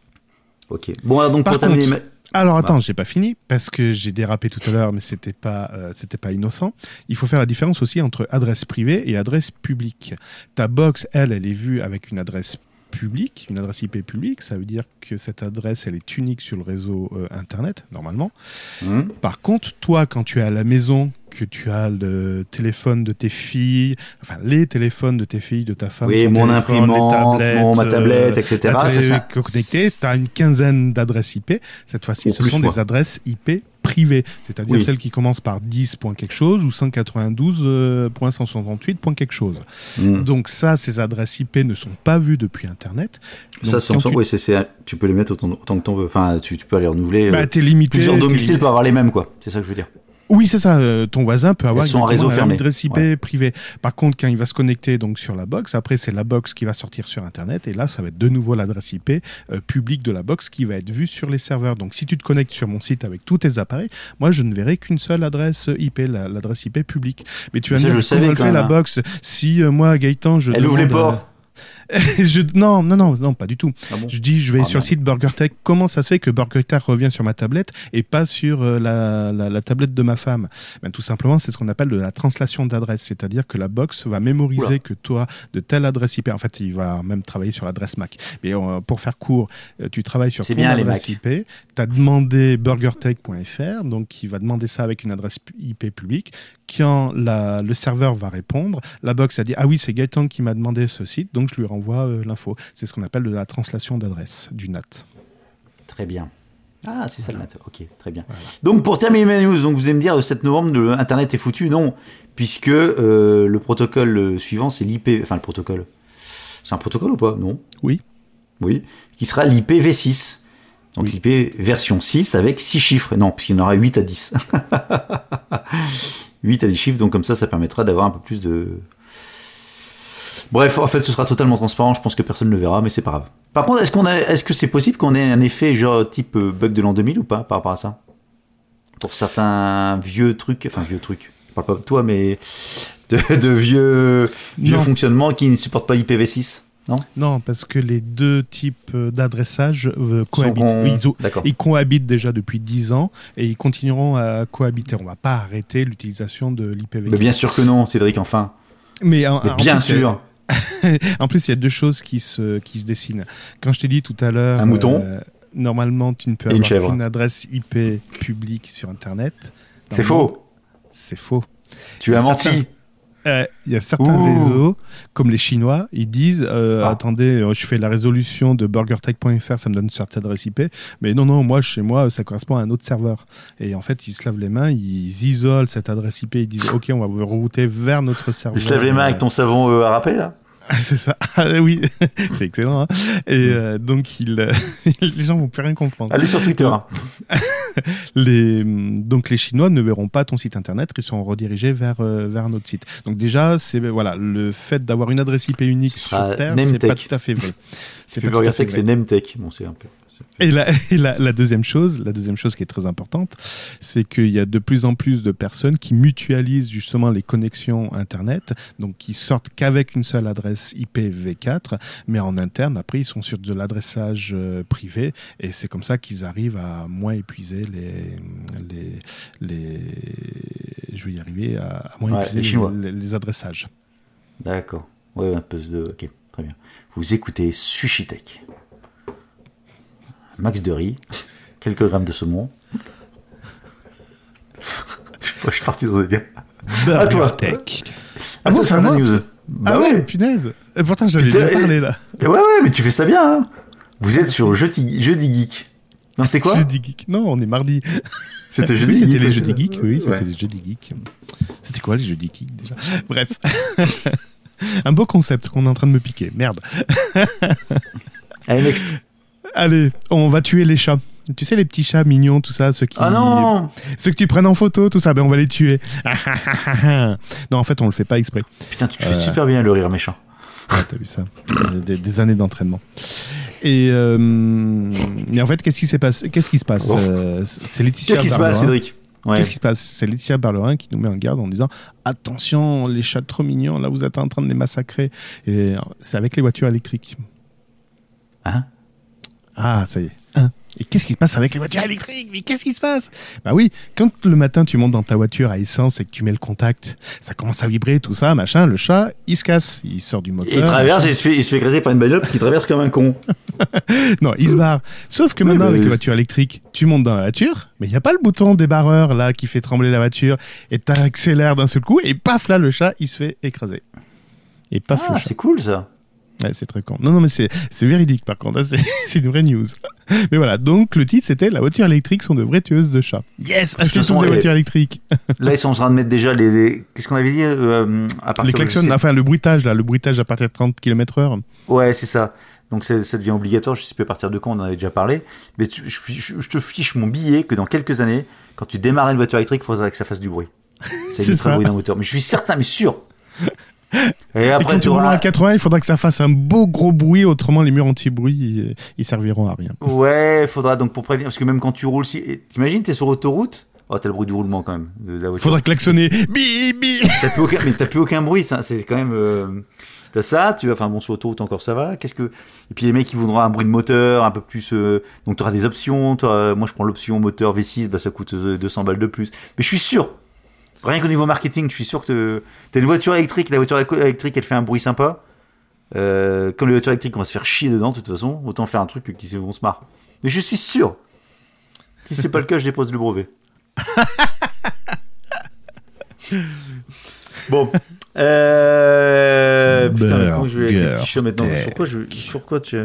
Ok. Bon, alors donc Par pour terminer. contre, ma- Alors attends, Bah. j'ai pas fini parce que j'ai dérapé tout à l'heure, mais c'était pas euh, c'était pas innocent. Il faut faire la différence aussi entre adresse privée et adresse publique. Ta box, elle, elle est vue avec une adresse publique, une adresse I P publique. Ça veut dire que cette adresse, elle est unique sur le réseau euh, internet normalement. Hum. Par contre, toi, quand tu es à la maison, que tu as le téléphone de tes filles, enfin les téléphones de tes filles, de ta femme, Oui, ton mon téléphone, imprimante, les tablettes, mon- ma tablette, euh, et cetera, la c'est télé ça. connectée, tu as une quinzaine d'adresses I P. Cette fois-ci, Ou ce plus, sont moi. des adresses I P privées, c'est-à-dire Oui. celles qui commencent par dix point quelque chose ou cent quatre-vingt-douze point cent soixante-huit point quelque chose. Hum. Donc ça, ces adresses I P ne sont pas vues depuis Internet. Ça, Donc, c'est quand ensemble. tu... Oui, c'est, c'est, tu peux les mettre autant, autant que t'en veux. Enfin, tu, tu peux aller renouveler. Bah, euh, t'es limité. plusieurs t'es domiciles limité. peuvent avoir les mêmes, quoi. C'est ça que je veux dire. Oui, c'est ça. euh, ton voisin peut avoir Elles sont en exactement réseau la fermé. même adresse I P Ouais. privée. Par contre, quand il va se connecter donc sur la box, après c'est la box qui va sortir sur Internet et là, ça va être de nouveau l'adresse I P euh, publique de la box qui va être vue sur les serveurs. Donc, si tu te connectes sur mon site avec tous tes appareils, moi, je ne verrai qu'une seule adresse I P, la- l'adresse I P publique. Mais tu vas Ça, me je dire le savais comment elle quand fait même, la hein. box si euh, moi, Gaëtan, je Elle ouvre les demande, ports. euh, je, non, non, non, non, pas du tout. Ah bon Je dis, je vais Ah, sur merde. le site BurgerTech. Comment ça se fait que BurgerTech revient sur ma tablette et pas sur euh, la, la, la tablette de ma femme? Ben, tout simplement, c'est ce qu'on appelle de la translation d'adresse. C'est-à-dire que la box va mémoriser Oula. que toi, de telle adresse I P, en fait, il va même travailler sur l'adresse M A C. Mais euh, pour faire court, euh, tu travailles sur C'est ton bien, les adresse Mac. I P. Tu as demandé burgertech point f r, donc il va demander ça avec une adresse I P publique. Quand la, le serveur va répondre, la box a dit ah oui, c'est Gaëtan qui m'a demandé ce site, donc je lui renvoie euh, l'info. C'est ce qu'on appelle de la translation d'adresse du N A T. Très bien. Ah, c'est ça le matin. Ok, très bien. Voilà. Donc, pour terminer ma news, donc vous allez me dire, le sept novembre, le Internet est foutu. Non, puisque euh, le protocole suivant, c'est l'I P... Enfin, le protocole. C'est un protocole ou pas? Non. Oui. Oui. Qui sera l'I P v six. Donc, oui. l'I P version six avec six chiffres. Non, puisqu'il y en aura huit à dix. huit à dix chiffres. Donc, comme ça, ça permettra d'avoir un peu plus de... Bref, en fait, ce sera totalement transparent. Je pense que personne ne le verra, mais c'est pas grave. Par contre, est-ce, qu'on a, est-ce que c'est possible qu'on ait un effet genre type bug de l'an deux mille ou pas par rapport à ça? Pour certains vieux trucs, enfin vieux trucs, je parle pas de toi, mais de, de vieux, vieux fonctionnements qui ne supportent pas l'I P v six, non? Non, parce que les deux types d'adressage euh, cohabitent. Con... Oui, ils, ont, D'accord. ils cohabitent déjà depuis dix ans et ils continueront à cohabiter. On va pas arrêter l'utilisation de l'I P v six. Mais bien sûr que non, Cédric, enfin. Mais, en, mais en bien plus, sûr. En plus, il y a deux choses qui se, qui se dessinent. Quand je t'ai dit tout à l'heure... Un mouton euh, normalement, tu ne peux et avoir qu'une adresse I P publique sur Internet. C'est faux. C'est faux. Tu as menti. Certains... Euh, il y a certains Ouh. réseaux, comme les Chinois, ils disent euh, ah. attendez, je fais la résolution de burgertech point f r, ça me donne cette adresse I P, mais non, non, moi, chez moi, ça correspond à un autre serveur. Et en fait, ils se lavent les mains, ils isolent cette adresse I P, ils disent ok, on va vous rerouter vers notre serveur. Ils se lavent les mains avec ton savon euh, à râper, là? C'est ça, ah, oui, c'est excellent. Hein. Et euh, donc, il, euh, les gens vont plus rien comprendre. Allez sur Twitter. les, donc, les Chinois ne verront pas ton site internet, ils seront redirigés vers, euh, vers un autre site. Donc, déjà, c'est, voilà, le fait d'avoir une adresse I P unique sur Terre, c'est pas tout à fait vrai. C'est pas tout à fait vrai. C'est Nemtech. Bon, c'est un peu. Et, la, et la, la deuxième chose, la deuxième chose qui est très importante, c'est qu'il y a de plus en plus de personnes qui mutualisent justement les connexions Internet, donc qui sortent qu'avec une seule adresse I P v quatre, mais en interne, après, ils sont sur de l'adressage euh, privé, et c'est comme ça qu'ils arrivent à moins épuiser les, les, les je vais y arriver, à, à moins ouais, épuiser les, les, les adressages. D'accord. Ouais, un peu de, ok, très bien. Vous écoutez Sushitech. Max de riz, quelques grammes de saumon. Je suis parti dans le bien. À toi. Tech. Ah bon, c'est un news. Bah ah ouais, ouais, punaise. Et pourtant, j'avais déjà parlé là. Ouais, ouais, mais tu fais ça bien. Hein. Vous êtes sur Jeudi, Jeudi Geek. Non, c'était quoi? Jeudi Geek. Non, on est mardi. C'était Jeudi oui, Geek. C'était les Jeudi Geek. Oui, c'était ouais. les Jeudi Geek. C'était quoi les Jeudi Geek déjà? Bref. Un beau concept qu'on est en train de me piquer. Merde. Allez, next. Allez, on va tuer les chats. Tu sais, les petits chats mignons, tout ça, ceux qui... Ah non! Ceux que tu prennes en photo, tout ça, ben on va les tuer. Non, en fait, on le fait pas exprès. Putain, tu euh... fais super bien le rire méchant. Ouais, t'as vu ça. Des, des années d'entraînement. Et euh... mais en fait, qu'est-ce qui s'est passé? Qu'est-ce qui se passe? Oh. euh, C'est Laetitia Qu'est-ce qui Barlerin. se passe, Cédric? Ouais. Qu'est-ce qui se passe? C'est Laetitia Barlerin qui nous met en garde en disant attention, les chats trop mignons, là, vous êtes en train de les massacrer. Et c'est avec les voitures électriques. Hein? Ah, ça y est. Hein. Et qu'est-ce qui se passe avec les voitures électriques? Mais qu'est-ce qui se passe? Bah oui, quand le matin tu montes dans ta voiture à essence et que tu mets le contact, ça commence à vibrer, tout ça, machin, le chat, il se casse, il sort du moteur. Il traverse et il se fait, il se fait écraser par une bagnole parce qu'il traverse comme un con. Non, il se barre. Sauf que oui, maintenant, avec les voitures électriques, tu montes dans la voiture, mais il n'y a pas le bouton débarreur là qui fait trembler la voiture et t'accélères d'un seul coup et paf, là, le chat, il se fait écraser. Et paf, ah, le chat. C'est cool ça. Ouais, c'est très con. Non, non, mais c'est, c'est véridique par contre. Hein, c'est, c'est une vraie news. Mais voilà, donc le titre c'était La voiture électrique sont de vraies tueuses de chats. Yes, achetez tous des voitures électriques. Là, ils sont en train de mettre déjà les. les... Qu'est-ce qu'on avait dit euh, à partir Les klaxons, de... enfin le bruitage, là, le bruitage à partir de trente kilomètres heure. Ouais, c'est ça. Donc ça devient obligatoire. Je sais plus à partir de quand, on en avait déjà parlé. Mais tu, je, je, je te fiche mon billet que dans quelques années, quand tu démarres une voiture électrique, il faudrait que ça fasse du bruit. Ça c'est ça. Le bruit dans le moteur. Mais je suis certain, mais sûr. Et, après, et quand tu roules à quatre-vingts, il faudra que ça fasse un beau gros bruit, autrement les murs anti-bruit, ils, ils serviront à rien. Ouais, il faudra donc pour prévenir, parce que même quand tu roules, si... t'imagines, t'es sur l'autoroute, oh t'as le bruit du roulement quand même de la voiture. Faudra klaxonner, bi bi. T'as plus aucun, mais t'as plus aucun bruit, ça, c'est quand même. Euh... T'as ça, tu vas, enfin bon, sur autoroute encore ça va. Qu'est-ce que, et puis les mecs ils voudront un bruit de moteur un peu plus, euh... donc t'auras des options. T'auras... Moi je prends l'option moteur V six, bah ça coûte deux cents balles de plus. Mais je suis sûr, rien qu'au niveau marketing, je suis sûr que t'as une voiture électrique, la voiture électrique elle fait un bruit sympa. Euh, comme les voitures électriques on va se faire chier dedans de toute façon, autant faire un truc qui on se marre. Mais je suis sûr. Si c'est pas le cas, je dépose le brevet. Bon. Euh... Putain, mais comment je vais avec les petits chats maintenant. Sur quoi je... Sur quoi tu...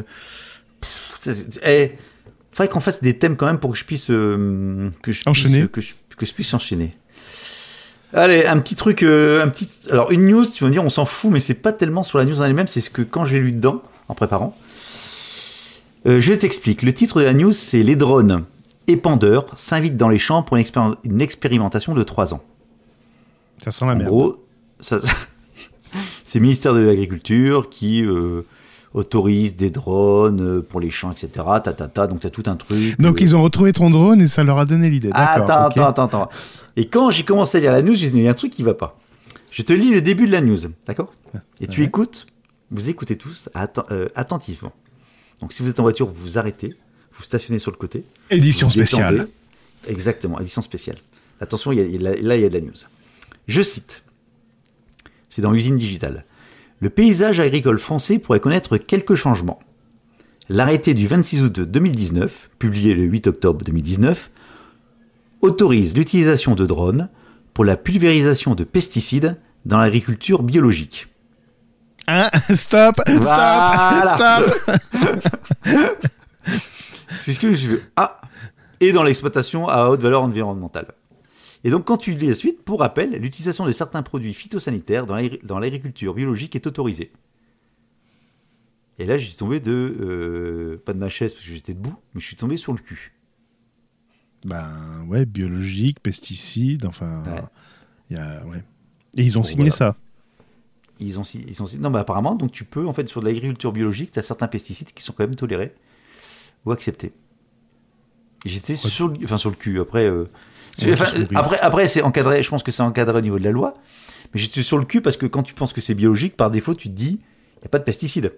Eh, faudrait qu'on fasse des thèmes quand même pour que je puisse... Euh, que je enchaîner. Puisse, que, je, que je puisse enchaîner. Allez, un petit truc... Euh, un petit... Alors, une news, tu vas me dire, on s'en fout, mais c'est pas tellement sur la news en elle-même, c'est ce que quand j'ai lu dedans, en préparant, euh, je t'explique. Le titre de la news, c'est « Les drones épandeurs s'invitent dans les champs pour une, expér... une expérimentation de trois ans ». Ça sent la en merde. En gros, ça... c'est le ministère de l'Agriculture qui euh, autorise des drones pour les champs, et cetera. Ta, ta, ta, donc, tu as tout un truc. Donc, euh... ils ont retrouvé ton drone et ça leur a donné l'idée. D'accord, attends, okay. attends, attends, attends. Et quand j'ai commencé à lire la news, j'ai dit, il y a un truc qui va pas. Je te lis le début de la news, d'accord ? Et tu ouais. écoutes, vous écoutez tous atten- euh, attentivement. Donc, si vous êtes en voiture, vous vous arrêtez, vous stationnez sur le côté. Édition vous spéciale. Détendez. Exactement, édition spéciale. Attention, il y a, il y a, là, il y a de la news. Je cite. C'est dans Usine Digitale. Le paysage agricole français pourrait connaître quelques changements. L'arrêté du vingt-six août deux mille dix-neuf, publié le huit octobre deux mille dix-neuf, autorise l'utilisation de drones pour la pulvérisation de pesticides dans l'agriculture biologique. Hein stop, voilà. stop, stop. C'est ce que je veux. Ah, et dans l'exploitation à haute valeur environnementale. Et donc, quand tu lis la suite, pour rappel, l'utilisation de certains produits phytosanitaires dans, l'agri- dans l'agriculture biologique est autorisée. Et là, je suis tombé de... Euh, pas de ma chaise, parce que j'étais debout, mais je suis tombé sur le cul. Ben, ouais, biologique, pesticides, enfin... Ouais. Y a, ouais. Et ils ont Bon, signé voilà. ça. Ils ont, ils ont, non, mais apparemment, donc tu peux, en fait, sur de l'agriculture biologique, tu as certains pesticides qui sont quand même tolérés ou acceptés. J'étais Ouais. sur le, enfin, sur le cul, après... Euh, Ouais, enfin, c'est après, après, c'est encadré, je pense que c'est encadré au niveau de la loi, mais j'étais sur le cul parce que quand tu penses que c'est biologique, par défaut, tu te dis, il n'y a pas de pesticides.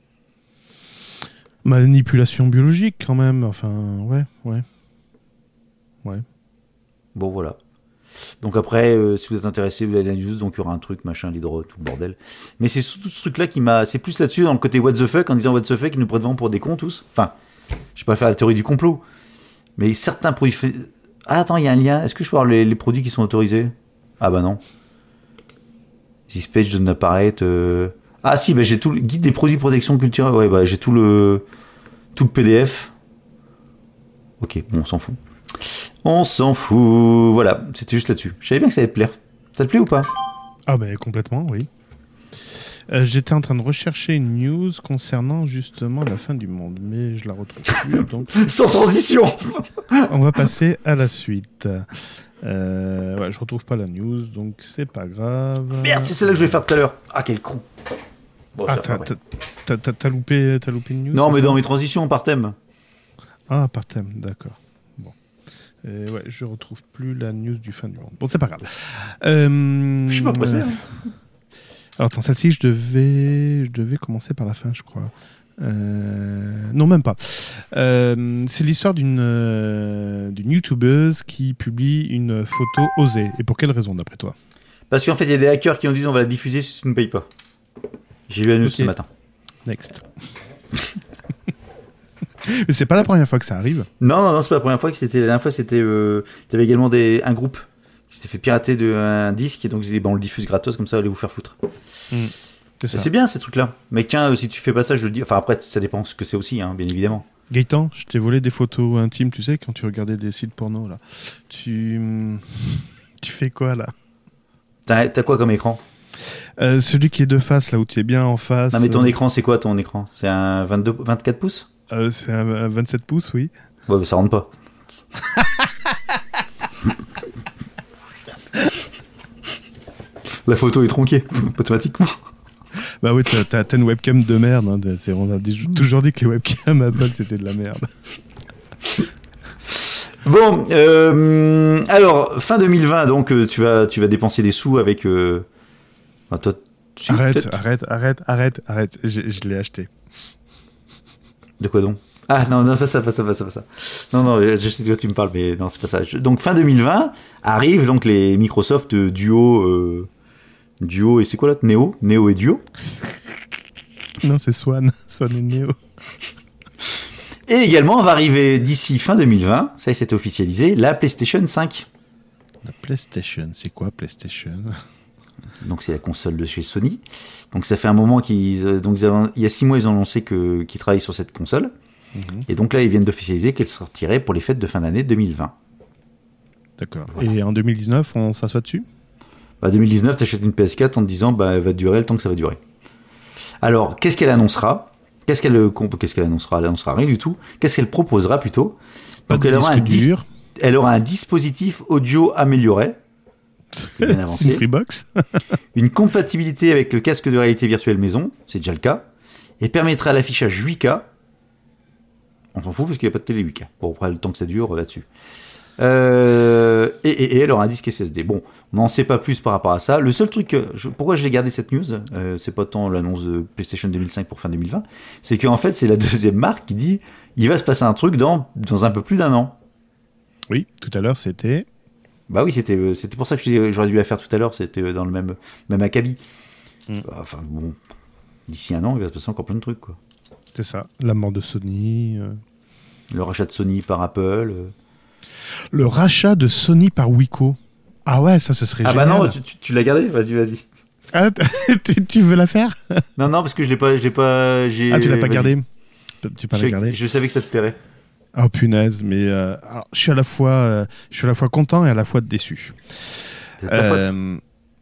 Manipulation biologique, quand même. Enfin, ouais, ouais. Ouais. Bon, voilà. Donc après, euh, si vous êtes intéressé, vous allez à la news, donc il y aura un truc, machin, les droits, tout le bordel. Mais c'est tout ce truc-là qui m'a... C'est plus là-dessus, dans le côté what the fuck, en disant what the fuck, ils nous prennent vraiment pour des cons, tous. Enfin, je vais pas faire la théorie du complot. Mais certains produits... Fait... Ah, attends, il y a un lien. Est-ce que je peux voir les, les produits qui sont autorisés ? Ah bah non. This page does not apparaître... Euh... Ah si, bah j'ai tout le guide des produits de protection culturelle. Ouais, bah j'ai tout le... Tout le P D F. Ok, bon, on s'en fout. On s'en fout. Voilà, c'était juste là-dessus. Je savais bien que ça allait te plaire. Ça te plaît ou pas ? Ah ben, complètement, oui. Euh, j'étais en train de rechercher une news concernant justement la fin du monde, mais je la retrouve plus, donc... Sans transition. On va passer à la suite. Euh, ouais, je retrouve pas la news, donc c'est pas grave. Merde, c'est celle-là que je vais faire tout à l'heure. Ah, quel con. Bon, Ah, je t'as, la ferai t'as, t'as, t'as, loupé, t'as loupé une news ? Non, c'est mais ça dans mes transitions par thème. Ah, par thème, d'accord. Bon. Euh, ouais, je retrouve plus la news du fin du monde. Bon, c'est pas grave. Euh, Je suis pas pressé. Hein. Alors, attends, celle-ci, je devais, je devais commencer par la fin, je crois. Euh... Non, même pas. Euh, c'est l'histoire d'une, euh, d'une youtubeuse qui publie une photo osée. Et pour quelle raison, d'après toi ? Parce qu'en fait, il y a des hackers qui ont dit on va la diffuser si tu ne payes pas. J'ai lu la news Ok. ce matin. Next. Mais c'est pas la première fois que ça arrive. Non, non, non, c'est pas la première fois que c'était. La dernière fois, c'était. Euh, tu avais également des, un groupe qui s'était fait pirater de, un disque et donc ils disaient, bah, on le diffuse gratos, comme ça, allez vous faire foutre. Mm. C'est ça. C'est bien ces trucs-là. Mais tiens, euh, si tu fais pas ça, je le dis. Enfin, après, ça dépend ce que c'est aussi, hein, bien évidemment. Gaëtan, je t'ai volé des photos intimes, tu sais, quand tu regardais des sites porno, là. Tu... tu fais quoi, là ? T'as, t'as quoi comme écran ? euh, Celui qui est de face, là, où tu es bien en face. Non, mais ton euh, écran, c'est quoi ton écran ? C'est un vingt-deux, vingt-quatre pouces ? euh, C'est un, un vingt-sept pouces, oui. Ouais, mais ça rentre pas. La photo est tronquée, automatiquement. Bah oui, t'as, t'as, t'as une webcam de merde. Hein, c'est, on a des, toujours dit que les webcams Apple, c'était de la merde. Bon, euh, alors, fin deux mille vingt, donc, euh, tu vas, tu vas dépenser des sous avec... Euh, enfin, toi, Si, arrête, peut-être. arrête, arrête, arrête, arrête. Je, je l'ai acheté. De quoi donc? Ah non, non, pas ça, pas ça, pas ça, pas ça. Non, non, je sais de quoi tu me parles, mais non, c'est pas ça. Je- Donc fin deux mille vingt, arrivent donc les Microsoft euh, Duo, euh, Duo et c'est quoi l'autre? Neo, Neo et Duo. Non, c'est Swan, Swan et Neo. Et également va arriver d'ici fin deux mille vingt, ça y est, c'est officialisé, la PlayStation cinq. La PlayStation, c'est quoi PlayStation? Donc c'est la console de chez Sony. Donc ça fait un moment qu'ils, euh, donc ils avaient- il y a six mois ils ont annoncé que qu'ils travaillent sur cette console. Mhm. Et donc là ils viennent d'officialiser qu'elle sortirait pour les fêtes de fin d'année deux mille vingt. D'accord. Et en deux mille dix-neuf, on s'assoit dessus? Bah deux mille dix-neuf, t'achètes une P S quatre en te disant bah elle va durer le temps que ça va durer. Alors qu'est-ce qu'elle annoncera? Qu'est-ce qu'elle euh, comp- qu'est-ce qu'elle annoncera? Elle annoncera rien du tout. Qu'est-ce qu'elle proposera plutôt? Pas Donc de elle aura, un disque dis- dur. elle aura un dispositif audio amélioré. C'est bien C'est avancé. une Freebox. Une compatibilité avec le casque de réalité virtuelle maison, c'est déjà le cas, et permettra l'affichage huit K. On s'en fout parce qu'il n'y a pas de télé huit K. Bon, après le temps que ça dure là-dessus. Euh, et, et, et elle aura un disque S S D. Bon, on n'en sait pas plus par rapport à ça. Le seul truc, que je, pourquoi je l'ai gardé cette news, euh, c'est pas tant l'annonce de PlayStation deux mille cinq pour fin deux mille vingt, c'est qu'en fait c'est la deuxième marque qui dit il va se passer un truc dans, dans un peu plus d'un an. Oui, tout à l'heure, c'était... Bah oui, c'était euh, c'était pour ça que je dis, j'aurais dû la faire tout à l'heure, c'était dans le même, même acabit. Mm. Enfin bon, d'ici un an, il va se passer encore plein de trucs, quoi. C'est ça, la mort de Sony. euh. Le rachat de Sony par Apple. euh. Le rachat de Sony par Wiko. Ah ouais, ça, ce serait Ah bah génial. non, tu, tu, tu l'as gardé? Vas-y, vas-y. Ah, tu, tu veux la faire? Non, non, parce que je l'ai pas, je l'ai pas, j'ai. Ah, tu l'as pas vas-y. gardé? Tu pas Je, l'as gardé? je savais que ça te plairait. Oh punaise, mais euh, alors, je suis à la fois, euh, je suis à la fois content et à la fois déçu. C'est ta faute. Euh,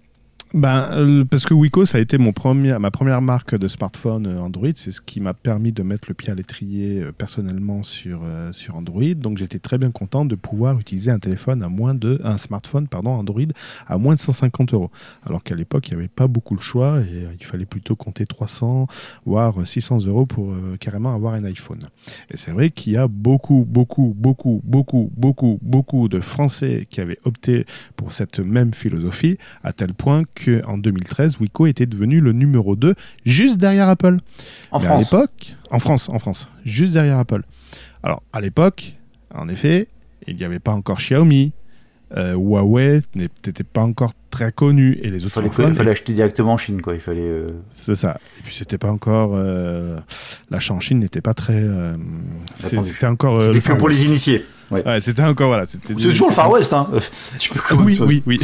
ben, euh, parce que Wiko, ça a été mon premier, ma première marque de smartphone euh, Android. C'est ce qui m'a permis de mettre le pied à l'étrier euh, personnellement sur, euh, sur Android. Donc j'étais très bien content de pouvoir utiliser un téléphone à moins de, un smartphone pardon, Android à moins de cent cinquante euros. Alors qu'à l'époque, il n'y avait pas beaucoup le choix et euh, il fallait plutôt compter trois cents voire six cents euros pour euh, carrément avoir un iPhone. Et c'est vrai qu'il y a beaucoup, beaucoup, beaucoup, beaucoup, beaucoup, beaucoup de Français qui avaient opté pour cette même philosophie, à tel point qu'en deux mille treize, Wiko était devenu le numéro deux, juste derrière Apple. En Mais France. à l'époque, en France, en France, juste derrière Apple. Alors, à l'époque, en effet, il n'y avait pas encore Xiaomi. Euh, Huawei n'était pas encore très connu et les Il autres fallait, téléphones, il fallait acheter directement en Chine, quoi. Il fallait. euh, c'est ça. Et puis c'était pas encore euh, l'achat en Chine n'était pas très. euh, c'est- Répandu. c'était encore. euh, C'était le que Far pour les West. initiés. Ouais. Ouais, c'était encore voilà. C'était C'est toujours le Far West, hein. Euh, Tu peux Oui, oui, oui.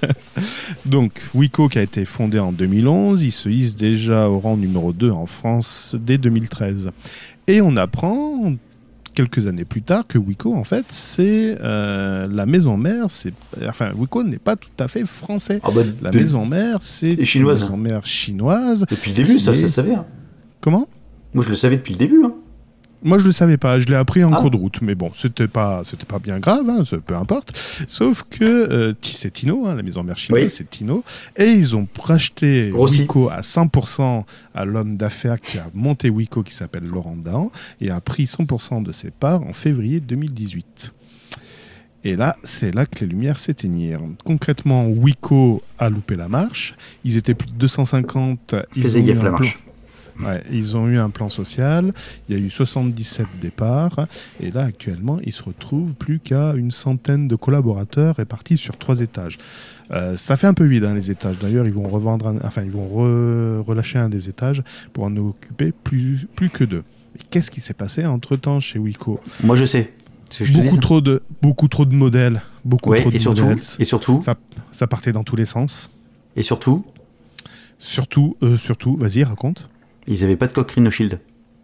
Donc, Wiko, qui a été fondé en deux mille onze, il se hisse déjà au rang numéro deux en France dès deux mille treize. Et on apprend quelques années plus tard que Wiko, en fait, c'est euh, la maison mère. C'est, enfin, Wiko n'est pas tout à fait français. Ah bah, La de- maison mère, c'est Et chinoise. une maison mère chinoise. Depuis le début, ça, qui ça est- se savait. Hein. Comment ? Moi, je le savais depuis le début. Hein. Moi, je le savais pas. Je l'ai appris en Ah. cours de route. Mais bon, c'était pas, c'était pas bien grave. Hein, ça- peu importe. Sauf que euh, Ti- c'est Tino, hein, la maison mère chinoise, Oui. c'est Tino, et ils ont racheté Grossi. Wiko à cent pour cent à l'homme d'affaires qui a monté Wiko, qui s'appelle Laurent Dahan, et a pris cent pour cent de ses parts en février deux mille dix-huit. Et là, c'est là que les lumières s'éteignirent. Concrètement, Wiko a loupé la marche. Ils étaient plus de deux cent cinquante. Ils Faisait ont eu gaffe un la plan- marche. Ouais, ils ont eu un plan social, il y a eu soixante-dix-sept départs, et là actuellement ils se retrouvent plus qu'à une centaine de collaborateurs répartis sur trois étages. Euh, ça fait un peu vide hein, les étages, d'ailleurs ils vont revendre, un- enfin ils vont re- relâcher un des étages pour en occuper plus, plus que deux. Mais qu'est-ce qui s'est passé entre temps chez Wiko ? Moi, je sais. C'est ce que je te Beaucoup dis. trop de, beaucoup trop de modèles, beaucoup Ouais, trop de et surtout, modèles. et surtout, Ça, ça partait dans tous les sens. et surtout, Surtout, euh, surtout, vas-y raconte. ils avaient pas de coque Rhino Shield.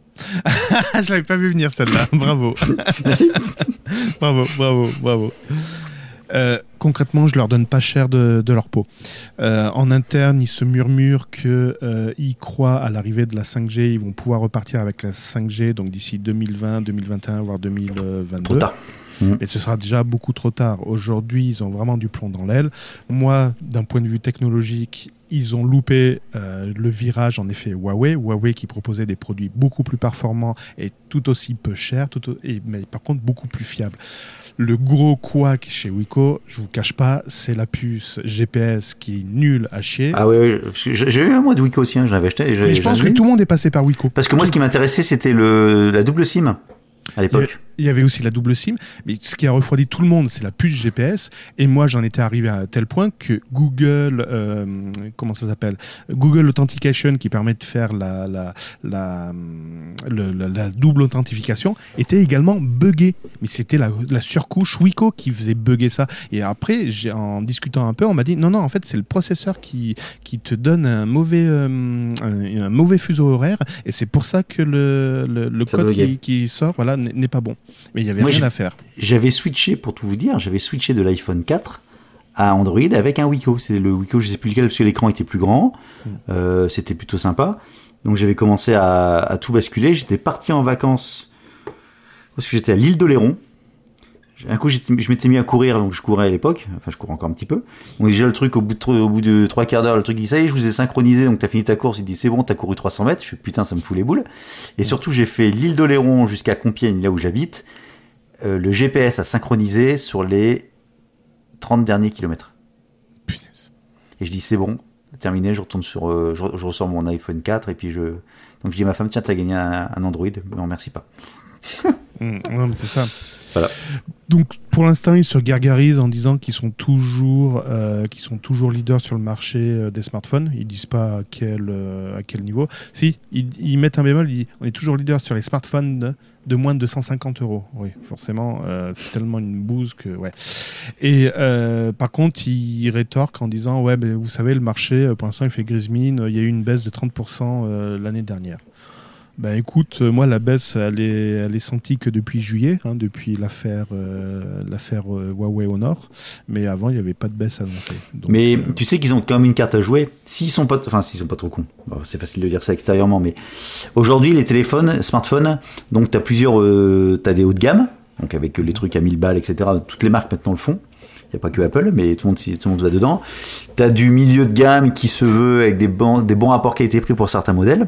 Ah, je l'avais pas vu venir celle-là, bravo. Merci. Bravo, bravo, bravo. Euh, concrètement, je leur donne pas cher de, de leur peau. Euh, en interne, ils se murmurent qu'ils euh, croient à l'arrivée de la cinq G. Ils vont pouvoir repartir avec la cinq G, donc d'ici deux mille vingt, deux mille vingt et un, voire deux mille vingt-deux. Trop tard. Mais ce sera déjà beaucoup trop tard. Aujourd'hui, ils ont vraiment du plomb dans l'aile. Moi, d'un point de vue technologique, ils ont loupé euh, le virage, en effet, Huawei. Huawei qui proposait des produits beaucoup plus performants et tout aussi peu chers, tout au- et, mais par contre beaucoup plus fiables. Le gros couac chez Wiko, je vous cache pas, c'est la puce G P S qui est nulle à chier. Ah oui, oui, parce que j'ai j'ai eu un mois de Wiko aussi, hein, je l'avais acheté. et j'ai- Mais je pense que j'avais- tout le monde est passé par Wiko. Parce que moi, ce qui m'intéressait, c'était le, la double SIM à Il y avait- l'époque. Il y avait aussi la double SIM, mais ce qui a refroidi tout le monde, c'est la puce G P S. Et moi, j'en étais arrivé à tel point que Google, euh, comment ça s'appelle, Google Authentication, qui permet de faire la, la, la, le- la, la double authentification, était également buggé. Mais c'était la, la surcouche Wiko qui faisait bugger ça. Et après, j'ai, en discutant un peu, on m'a dit non, non, en fait, c'est le processeur qui, qui te donne un mauvais, euh, un, un mauvais fuseau horaire, et c'est pour ça que le, le, le Ça code buguait. qui, qui sort, voilà, n'est n'est pas bon. Mais il y avait Moi, rien j'ai- à faire. J'avais switché, pour tout vous dire, j'avais switché de l'iPhone quatre à Android avec un Wiko. C'est le Wiko, je sais plus lequel, parce que l'écran était plus grand. Euh, c'était plutôt sympa. Donc j'avais commencé à, à tout basculer. J'étais parti en vacances, parce que j'étais à l'île d'Oléron. Un coup, j'étais- je m'étais mis à courir, donc je courais à l'époque. Enfin, je courais encore un petit peu. Donc déjà, le truc, au bout de, tro- au bout de trois quarts d'heure, le truc dit, ça y est, je vous ai synchronisé, donc t'as fini ta course. Il dit, c'est bon, t'as couru trois cents mètres. Je fais, putain, ça me fout les boules. Et surtout, j'ai fait l'île d'Oléron jusqu'à Compiègne, là où j'habite. Euh, le G P S a synchronisé sur les trente derniers kilomètres. Punaise. Et je dis, c'est bon, terminé, je retourne sur, euh, je, je ressors mon iPhone quatre, et puis je, donc je dis à ma femme, tiens, t'as gagné un, un Android, mais on remercie pas. Mmh, non, mais c'est ça. Voilà. Donc, pour l'instant, ils se gargarisent en disant qu'ils sont toujours, euh, qu'ils sont toujours leaders sur le marché euh, des smartphones. Ils disent pas à quel, euh, à quel niveau. Si, ils, ils mettent un bémol. Ils disent, on est toujours leader sur les smartphones de, de moins de deux cent cinquante euros. Oui, forcément, euh, c'est tellement une bouse que ouais. Et euh, par contre, ils rétorquent en disant, ouais, mais vous savez, le marché, euh, pour l'instant, il fait grise mine. Il y a eu une baisse de trente pour cent euh, l'année dernière. Ben écoute, euh, moi la baisse elle est, elle est sentie que depuis juillet, hein, depuis l'affaire, euh, l'affaire euh, Huawei au Nord, mais avant il n'y avait pas de baisse annoncée. Donc, Mais euh, tu sais qu'ils ont quand même une carte à jouer. S'ils sont pas, enfin s'ils sont pas trop cons. Bon, c'est facile de dire ça extérieurement, mais aujourd'hui les téléphones, smartphones, donc t'as plusieurs, euh, t'as des hauts de gamme, donc avec les trucs à mille balles, et cetera. Toutes les marques maintenant le font. Il n'y a pas que Apple, mais tout le monde, tout le monde va dedans. T'as du milieu de gamme qui se veut avec des bons, des bons rapports qualité-prix pour certains modèles.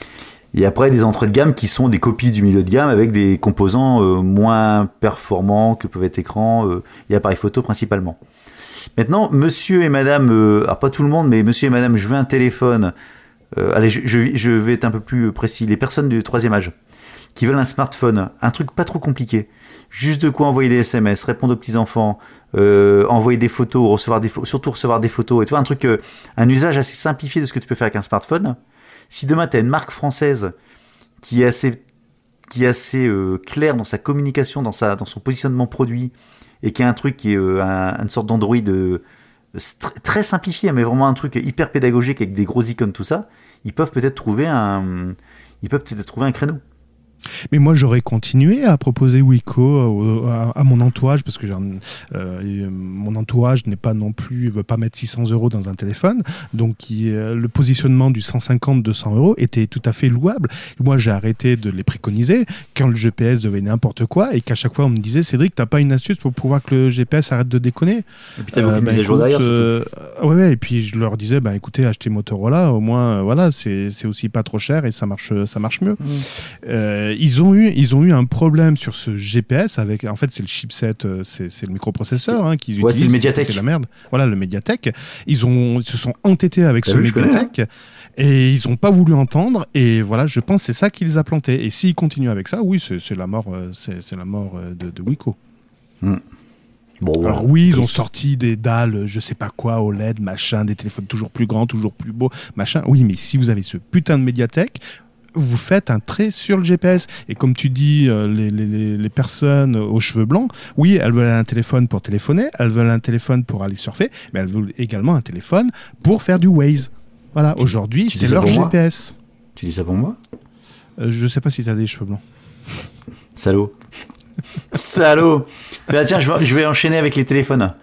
Et après, des entrées de gamme qui sont des copies du milieu de gamme avec des composants euh, moins performants que peuvent être écran euh, et appareil photo principalement. Maintenant, monsieur et madame, euh, alors pas tout le monde, mais monsieur et madame, je veux un téléphone. Euh, allez, je, je, je vais être un peu plus précis. Les personnes du troisième âge qui veulent un smartphone, un truc pas trop compliqué, juste de quoi envoyer des S M S, répondre aux petits-enfants, euh, envoyer des photos, recevoir des photos, surtout recevoir des photos, et tu vois, un truc, euh, un usage assez simplifié de ce que tu peux faire avec un smartphone. Si demain tu as une marque française qui est assez, qui est assez euh, claire dans sa communication, dans, sa, dans son positionnement produit, et qui a un truc qui est euh, un, une sorte d'Android euh, tr- très simplifié, mais vraiment un truc hyper pédagogique avec des gros icônes, tout ça, ils peuvent peut-être trouver un, ils peuvent peut-être trouver un créneau. Mais moi, j'aurais continué à proposer Wiko à, à mon entourage, parce que j'ai un- euh, mon entourage n'est pas non plus, veut pas mettre six cents euros dans un téléphone. Donc, qui, euh, le positionnement du cent cinquante deux cents euros était tout à fait louable. Moi, j'ai arrêté de les préconiser quand le G P S devenait n'importe quoi et qu'à chaque fois, on me disait, Cédric, t'as pas une astuce pour pouvoir que le G P S arrête de déconner? Et puis t'as beaucoup de bah, mises à jour écoute, derrière, surtout. euh, ouais, ouais, et puis je leur disais, bah, écoutez, achetez Motorola, au moins, euh, voilà, c'est c'est aussi pas trop cher et ça marche, ça marche mieux. Mmh. Euh, ils ont eu, ils ont eu un problème sur ce G P S avec, en fait, c'est le chipset, euh, c'est c'est le microprocesseur hein, qu'ils Ouais, utilisent. c'est le Mediatek. C'est la merde. Voilà, le Mediatek. Ils ont, ils se sont entêtés avec T'as ce vu, je connais, Mediatek. Et ils n'ont pas voulu entendre, et voilà, je pense que c'est ça qui les a plantés. Et s'ils continuent avec ça, oui, c'est c'est la mort, euh, c'est c'est la mort euh, de, de Wiko. Bon, voilà. Alors oui, ils ont Triste. sorti des dalles, je sais pas quoi, O L E D, machin, des téléphones toujours plus grands, toujours plus beaux, machin. Oui, mais si vous avez ce putain de Mediatek, vous faites un trait sur le G P S. Et comme tu dis, euh, les, les, les personnes aux cheveux blancs, oui, elles veulent un téléphone pour téléphoner, elles veulent un téléphone pour aller surfer, mais elles veulent également un téléphone pour faire du Waze. Voilà, aujourd'hui, tu c'est dis ça leur pour G moi P S. Tu dis ça pour moi? Euh, je sais pas si t'as des cheveux blancs. Salaud. Salaud. Ben, tiens, je vais, je vais enchaîner avec les téléphones.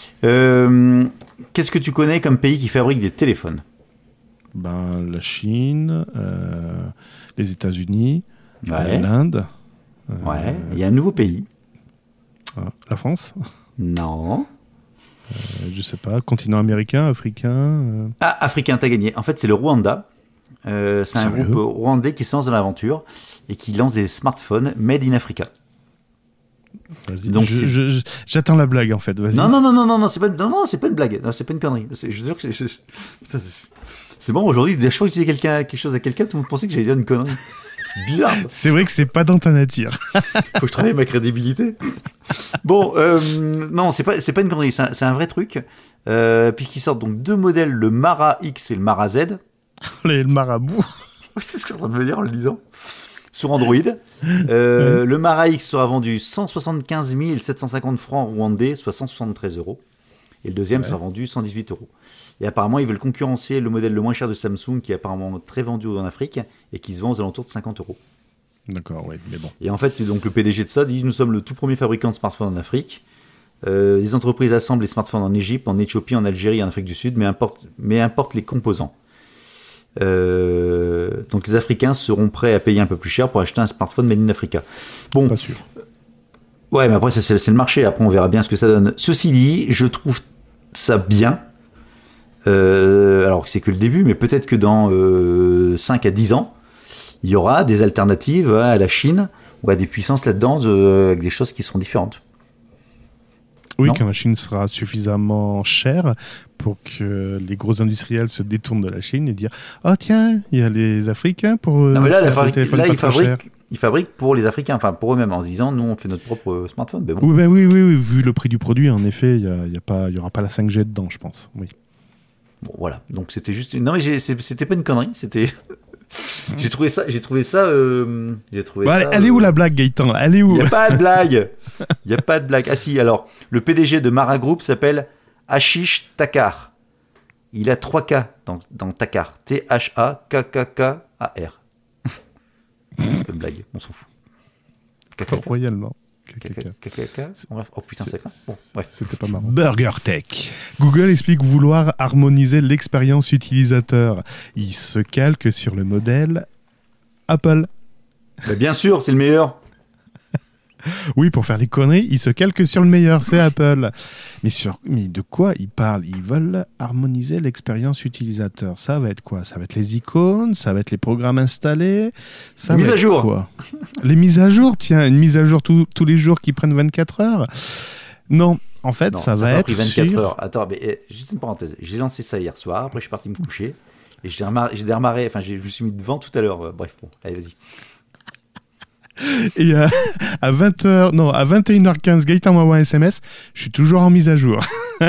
Euh, Qu'est-ce que tu connais comme pays qui fabrique des téléphones? Ben, la Chine, euh, les États-Unis, Ouais. euh, l'Inde. euh, Ouais. Il y a un nouveau pays. euh, la France. Non. euh, je sais pas, continent américain, africain. Euh... Ah, africain, t'as gagné. En fait, c'est le Rwanda. Euh, c'est un Sérieux groupe rwandais qui se lance dans l'aventure et qui lance des smartphones made in Africa. Vas-y. Donc, je, c'est... je, je, j'attends la blague en fait. Vas-y. Non, non, non, non, non, non, c'est pas, non, non, c'est pas une blague. Non, c'est pas une connerie. C'est, je suis sûr que c'est, je, putain, c'est, c'est bon aujourd'hui. Chaque fois que je disais quelqu'un, quelque chose à quelqu'un, tout le monde pensait que j'allais dire une connerie. C'est bizarre. Ça. C'est vrai que c'est pas dans ta nature. Faut que je travaille ma crédibilité. Bon, euh, non, c'est pas, c'est pas une connerie. C'est un, c'est un vrai truc. Euh, puisqu'ils sortent donc deux modèles, le Mara X et le Mara Z. Le marabout. C'est ce que je suis en train de me dire en le disant. Sur Android. Euh, oui. Le Mara X sera vendu cent soixante-quinze mille sept cent cinquante francs rwandais, soit cent soixante-treize euros. Et le deuxième ouais. sera vendu cent dix-huit euros. Et apparemment, ils veulent concurrencer le modèle le moins cher de Samsung, qui est apparemment très vendu en Afrique, et qui se vend aux alentours de cinquante euros. D'accord, oui, mais bon. Et en fait, donc, le P D G de ça dit « Nous sommes le tout premier fabricant de smartphones en Afrique. Euh, les entreprises assemblent les smartphones en Égypte, en Éthiopie, en Algérie et en Afrique du Sud, mais importent, mais importent les composants. Euh, donc les Africains seront prêts à payer un peu plus cher pour acheter un smartphone made in Africa. » Bon, pas sûr. Ouais, mais après, c'est, c'est le marché. Après, on verra bien ce que ça donne. Ceci dit, je trouve ça bien. Euh, alors que c'est que le début, mais peut-être que dans euh, cinq à dix ans, il y aura des alternatives à la Chine ou à des puissances là-dedans de, avec des choses qui seront différentes. Oui, non quand la Chine sera suffisamment chère pour que les gros industriels se détournent de la Chine et dire « Ah oh, tiens, il y a les Africains pour non, mais là, faire fabrique, des téléphones là, pas ils trop chers. Ils fabriquent pour les Africains, enfin pour eux-mêmes, en se disant « Nous, on fait notre propre smartphone. » Mais bon. Oui, ben oui, oui, oui, vu le prix du produit, en effet, il n'y aura pas la cinq G dedans, je pense. Oui. Bon, voilà. Donc c'était juste... Non, mais j'ai, c'était pas une connerie, c'était... J'ai trouvé ça, j'ai trouvé ça, euh, j'ai trouvé bah, ça. Elle est euh... où la blague, Gaëtan? Elle est où? Il y a pas de blague. Il y a pas de blague. Ah si, alors le P D G de Mara Group s'appelle Ashish Thakkar. Il a trois K dans, dans Thakkar. T H A K K K A R. C'est pas une blague, on s'en fout. Royalement. Oh putain, c'est grave. Bon, bref. C'était pas marrant. Burger Tech. Google explique vouloir harmoniser l'expérience utilisateur. Il se calque sur le modèle Apple. Bah bien sûr, c'est le meilleur. Oui, pour faire les conneries, il se calque sur le meilleur, c'est Apple. Mais, sur, mais de quoi ils parlent? Ils veulent harmoniser l'expérience utilisateur. Ça va être quoi? Ça va être les icônes? Ça va être les programmes installés? Ça les va mises à jour. Quoi? Les mises à jour? Tiens, une mise à jour tout, tous les jours qui prennent vingt-quatre heures? Non, en fait, non, ça, ça va être vingt-quatre sur... heures. Attends, mais eh, juste une parenthèse. J'ai lancé ça hier soir, après je suis parti me coucher. Et j'ai démarré, j'ai démarré enfin, j'ai, je me suis mis devant tout à l'heure. Bref, bon, allez, vas-y. Et à, à vingt heures, non, à vingt et une heures quinze, Gaëtan m'envoie un S M S, je suis toujours en mise à jour.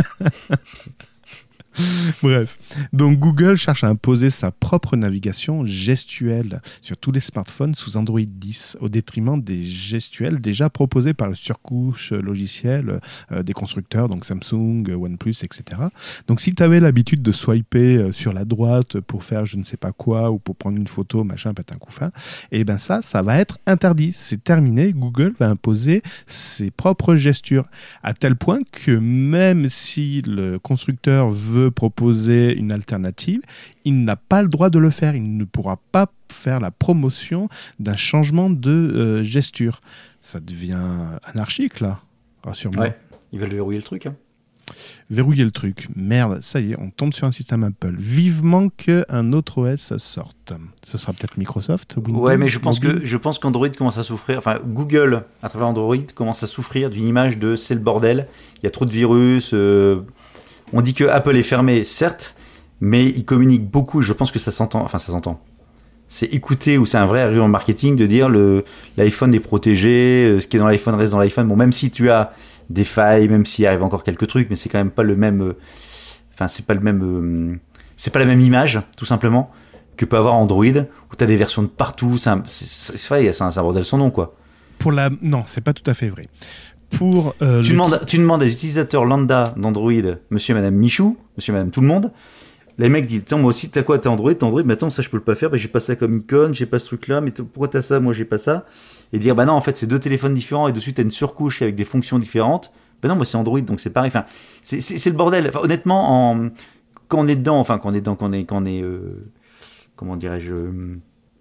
Bref, donc Google cherche à imposer sa propre navigation gestuelle sur tous les smartphones sous Android dix, au détriment des gestuels déjà proposés par le surcouche logiciel euh, des constructeurs, donc Samsung, OnePlus, et cetera. Donc si tu avais l'habitude de swiper sur la droite pour faire je ne sais pas quoi, ou pour prendre une photo, machin, pète un coup fin, et ben ça, ça va être interdit. C'est terminé, Google va imposer ses propres gestures, à tel point que même si le constructeur veut proposer une alternative, il n'a pas le droit de le faire. Il ne pourra pas faire la promotion d'un changement de euh, gesture. Ça devient anarchique, là. Rassure-moi. Ouais, ils veulent verrouiller le truc. Hein. Verrouiller le truc. Merde, ça y est, on tombe sur un système Apple. Vivement qu'un autre O S sorte. Ce sera peut-être Microsoft, Windows, ouais, mais je pense, mobile. que, je pense qu'Android commence à souffrir. Enfin, Google, à travers Android, commence à souffrir d'une image de c'est le bordel. Il y a trop de virus... Euh... On dit que Apple est fermé, certes, mais il communique beaucoup. Je pense que ça s'entend. Enfin, ça s'entend. C'est écouter ou c'est un vrai argument marketing de dire le l'iPhone est protégé, ce qui est dans l'iPhone reste dans l'iPhone. Bon, même si tu as des failles, même s'il arrive encore quelques trucs, mais c'est quand même pas le même. Enfin, c'est pas le même. C'est pas la même image, tout simplement, que peut avoir Android où tu as des versions de partout. C'est, un, c'est, c'est, c'est vrai, c'est un, c'est un bordel sans nom, quoi. Pour la, non, c'est pas tout à fait vrai. Pour, euh, tu, le... demandes, tu demandes à des utilisateurs lambda d'Android, monsieur et madame Michou, monsieur et madame tout le monde, les mecs disent, moi aussi, t'as quoi, t'as Android, t'as Android, mais attends, ça je peux le pas faire, bah, j'ai pas ça comme icône, j'ai pas ce truc-là, mais pourquoi t'as ça, moi j'ai pas ça, et dire, bah non, en fait, c'est deux téléphones différents, et dessus t'as une surcouche avec des fonctions différentes, bah non, moi c'est Android, donc c'est pareil, enfin, c'est, c'est, c'est le bordel, enfin, honnêtement, en, quand on est dedans, enfin, quand on est dedans, quand on est, quand on est, euh, comment dirais-je, euh,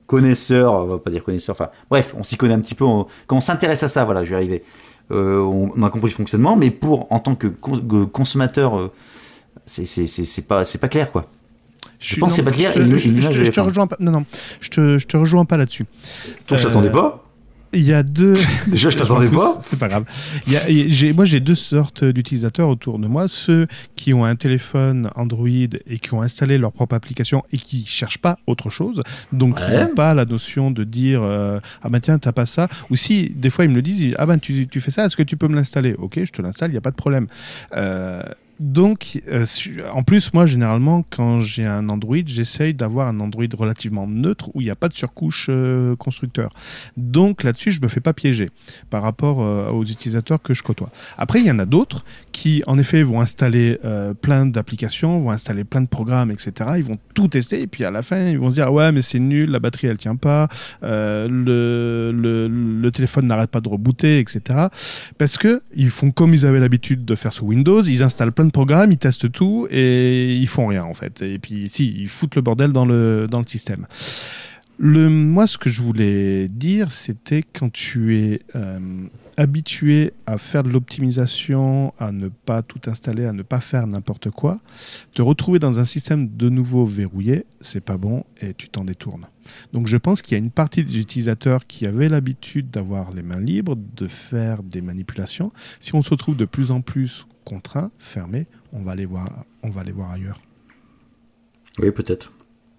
connaisseurs, on va pas dire connaisseurs, enfin bref, on s'y connaît un petit peu. On, quand on s'intéresse à ça, voilà, je vais arriver. Euh, on, on a compris le fonctionnement, mais pour en tant que, cons, que consommateur, euh, c'est, c'est, c'est, c'est pas, c'est pas clair, quoi. Je, je pense non, que c'est pas clair. Je, je, je, je, je te rejoins pas. Non, non, je te, je te rejoins pas là-dessus. Toi, je t'attendais euh... pas. Il y a deux. Déjà, je t'attendais pas. C'est pas grave. Il y a, j'ai, moi, j'ai deux sortes d'utilisateurs autour de moi. Ceux qui ont un téléphone Android et qui ont installé leur propre application et qui cherchent pas autre chose. Donc, ouais. Ils n'ont pas la notion de dire euh, ah ben tiens, t'as pas ça. Ou si des fois ils me le disent, ah ben tu, tu fais ça, est-ce que tu peux me l'installer? Ok, je te l'installe, il y a pas de problème. Euh, Donc, euh, en plus, moi, généralement, quand j'ai un Android, j'essaye d'avoir un Android relativement neutre où il n'y a pas de surcouche euh, constructeur. Donc, là-dessus, je ne me fais pas piéger par rapport euh, aux utilisateurs que je côtoie. Après, il y en a d'autres qui, en effet, vont installer euh, plein d'applications, vont installer plein de programmes, et cetera. Ils vont tout tester et puis à la fin, ils vont se dire « Ouais, mais c'est nul, la batterie, elle ne tient pas, euh, le, le, le téléphone n'arrête pas de rebooter, et cetera » Parce qu'ils font comme ils avaient l'habitude de faire sous Windows, ils installent plein de programmes, ils testent tout et ils font rien en fait. Et puis si, ils foutent le bordel dans le, dans le système. Le, moi, ce que je voulais dire, c'était quand tu es euh, habitué à faire de l'optimisation, à ne pas tout installer, à ne pas faire n'importe quoi, te retrouver dans un système de nouveau verrouillé, c'est pas bon et tu t'en détournes. Donc je pense qu'il y a une partie des utilisateurs qui avaient l'habitude d'avoir les mains libres, de faire des manipulations. Si on se retrouve de plus en plus contraint, fermé, on va aller voir, on va aller voir ailleurs. Oui, peut-être.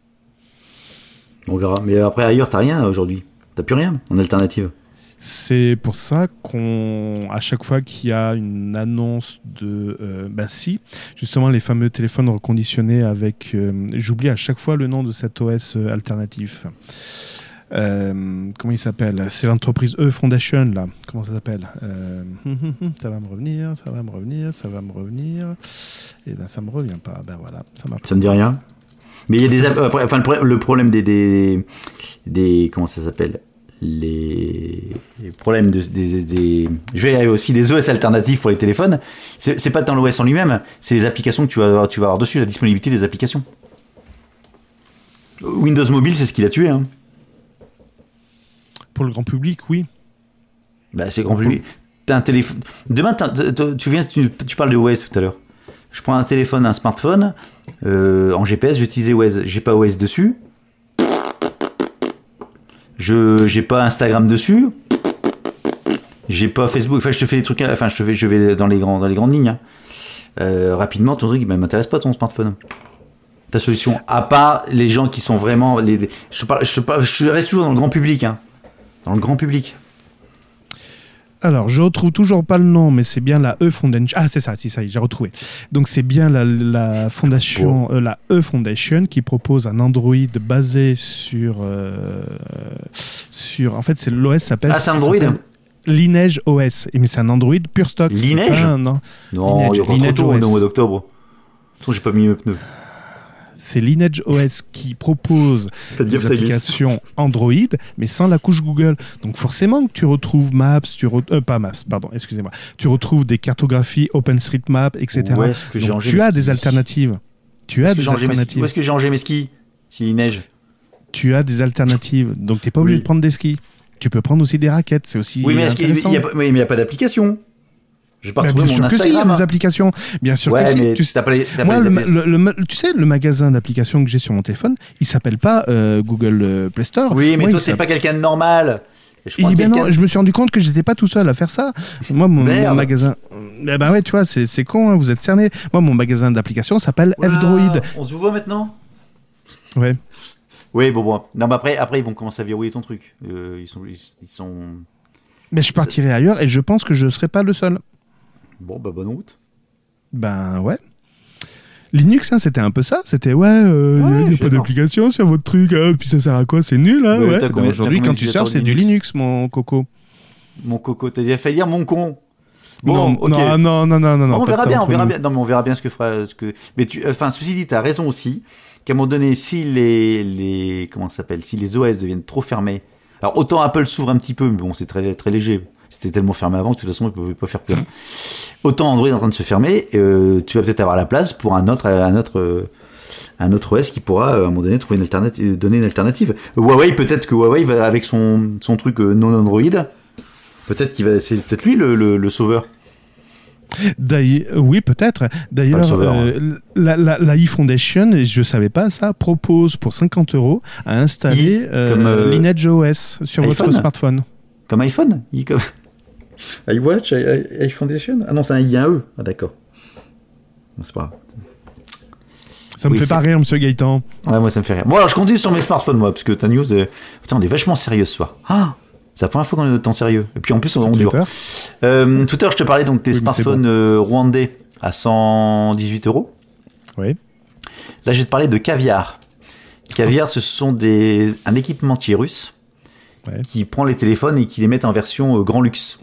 On verra. Mais après, ailleurs, t'as rien aujourd'hui. T'as plus rien en alternative. C'est pour ça qu'on, à chaque fois qu'il y a une annonce de, euh, ben si, justement les fameux téléphones reconditionnés avec, euh, j'oublie à chaque fois le nom de cet O S alternatif. Euh, comment il s'appelle? C'est l'entreprise E Foundation là. Comment ça s'appelle? euh, Ça va me revenir, ça va me revenir, ça va me revenir. Et ben ça me revient pas. Ben voilà, ça m'a. Ça me dit rien. Mais il y a des, après, enfin le problème, le problème des, des, des, comment ça s'appelle? Les, les problèmes de, des, des, je vais y arriver aussi des O S alternatifs pour les téléphones. C'est, c'est pas dans l'O S en lui-même, c'est les applications que tu vas avoir, tu vas avoir dessus, la disponibilité des applications. Windows Mobile, c'est ce qui l'a tué, hein. Pour le grand public, oui. Bah, c'est grand public. T'as un téléphone. Demain, t'as, t'as, tu viens, tu, tu parles de O S tout à l'heure. Je prends un téléphone, un smartphone, euh, en G P S, j'utilise O S. J'ai pas O S dessus. Je, j'ai pas Instagram dessus. J'ai pas Facebook. Enfin, je te fais des trucs. Enfin, je te fais, je vais dans les grands, dans les grandes lignes. Hein. Euh, rapidement, ton truc, il m'intéresse pas ton smartphone. Ta solution. À part les gens qui sont vraiment, les, les, je parle, je parle, je reste toujours dans le grand public, hein. Dans le grand public. Alors, je retrouve toujours pas le nom, mais c'est bien la E Foundation. Ah, c'est ça, c'est ça, j'ai retrouvé. Donc, c'est bien la, la fondation, oh. euh, la E Foundation qui propose un Android basé sur, euh, sur. En fait, c'est l'O S s'appelle. Ah, c'est Android. Lineage O S. Mais c'est un Android pur stock. Lineage. Un, non, non, il y a pas trop tôt, au mois d'octobre. De toute façon, j'ai pas mis mes pneus. C'est Lineage O S qui propose des applications Android, mais sans la couche Google. Donc forcément que tu retrouves Maps, tu re... euh, pas Maps, pardon, excusez-moi. Tu retrouves des cartographies OpenStreetMap, et cetera. Où est-ce que j'ai Donc tu as des alternatives. Tu as des alternatives. Où est-ce que j'ai rangé mes skis s'il neige? Tu as des alternatives. Donc t'es pas obligé oui. de prendre des skis. Tu peux prendre aussi des raquettes. C'est aussi oui, mais intéressant. il n'y a, a pas d'application. Je pas bien mon sûr Instagram. Que si, il y a des applications. Bien sûr ouais, que mais si. Tu... T'as pas les, t'as Moi, pas les le, le, le, tu sais, le magasin d'applications que j'ai sur mon téléphone, il s'appelle pas euh, Google Play Store. Oui, mais Moi, toi, c'est pas quelqu'un de normal. Je, eh ben non, je me suis rendu compte que j'étais pas tout seul à faire ça. Moi, mon, mon magasin. Eh ben ouais, tu vois, c'est, c'est con, hein, vous êtes cerné. Moi, mon magasin d'applications s'appelle voilà, F-Droid. On se voit maintenant? Ouais. Oui, bon, bon. Non, mais après, après, ils vont commencer à verrouiller ton truc. Euh, ils sont. Ils, ils sont... Mais je partirai ailleurs et je pense que je serai pas le seul. Bon, bah, bonne route. Ben, ouais. Linux, hein, c'était un peu ça. C'était, ouais, il euh, n'y a, a pas d'application sur votre truc. Hein, puis ça sert à quoi? C'est nul, hein, ouais. ouais. Ben, aujourd'hui, quand tu sors, c'est du Linux, mon coco. Mon coco, t'as déjà failli dire mon con. Bon, non, ok. non, non, non, non, non, non. On verra bien, on verra bien. Non, mais on verra bien ce que fera, ce que. Mais tu, enfin, ceci dit, t'as raison aussi. Qu'à un moment donné, si les, les, comment ça s'appelle, si les O S deviennent trop fermés. Alors, autant Apple s'ouvre un petit peu, mais bon, c'est très, très léger. C'était tellement fermé avant que de toute façon, ils ne pouvaient pas faire plus. Autant Android est en train de se fermer, euh, tu vas peut-être avoir la place pour un autre, un autre, euh, un autre O S qui pourra, à un moment donné, trouver une alternative, donner une alternative. Huawei, peut-être que Huawei, va, avec son, son truc euh, non Android, peut-être qu'il va, c'est peut-être lui le, le, le sauveur. D'ailleurs, oui, peut-être. D'ailleurs, sauveur, euh, hein. la, la, la e-Foundation, et je savais pas ça, propose pour cinquante euros à installer I, euh, comme, euh, Lineage O S sur iPhone. votre smartphone. Comme iPhone I, comme... iWatch, I, iFoundation. Ah non, c'est un I, un E. Ah d'accord. Non, c'est pas grave. Ça me Oui, fait c'est- pas rire, monsieur Gaëtan. Ouais, moi ça me fait rire. Bon, alors je continue sur mes smartphones, moi, parce que ta news, est... putain, on est vachement sérieux ce soir. Ah, c'est la première fois qu'on est autant sérieux. Et puis en plus, on, Ça on te fait dure. peur Euh, tout à l'heure, je te parlais donc des Oui, mais c'est smartphones euh, rwandais à cent dix-huit euros. Oui. Là, je vais te parler de Caviar. Caviar, ce sont des... un équipementier russe Ouais. qui prend les téléphones et qui les met en version euh, grand luxe.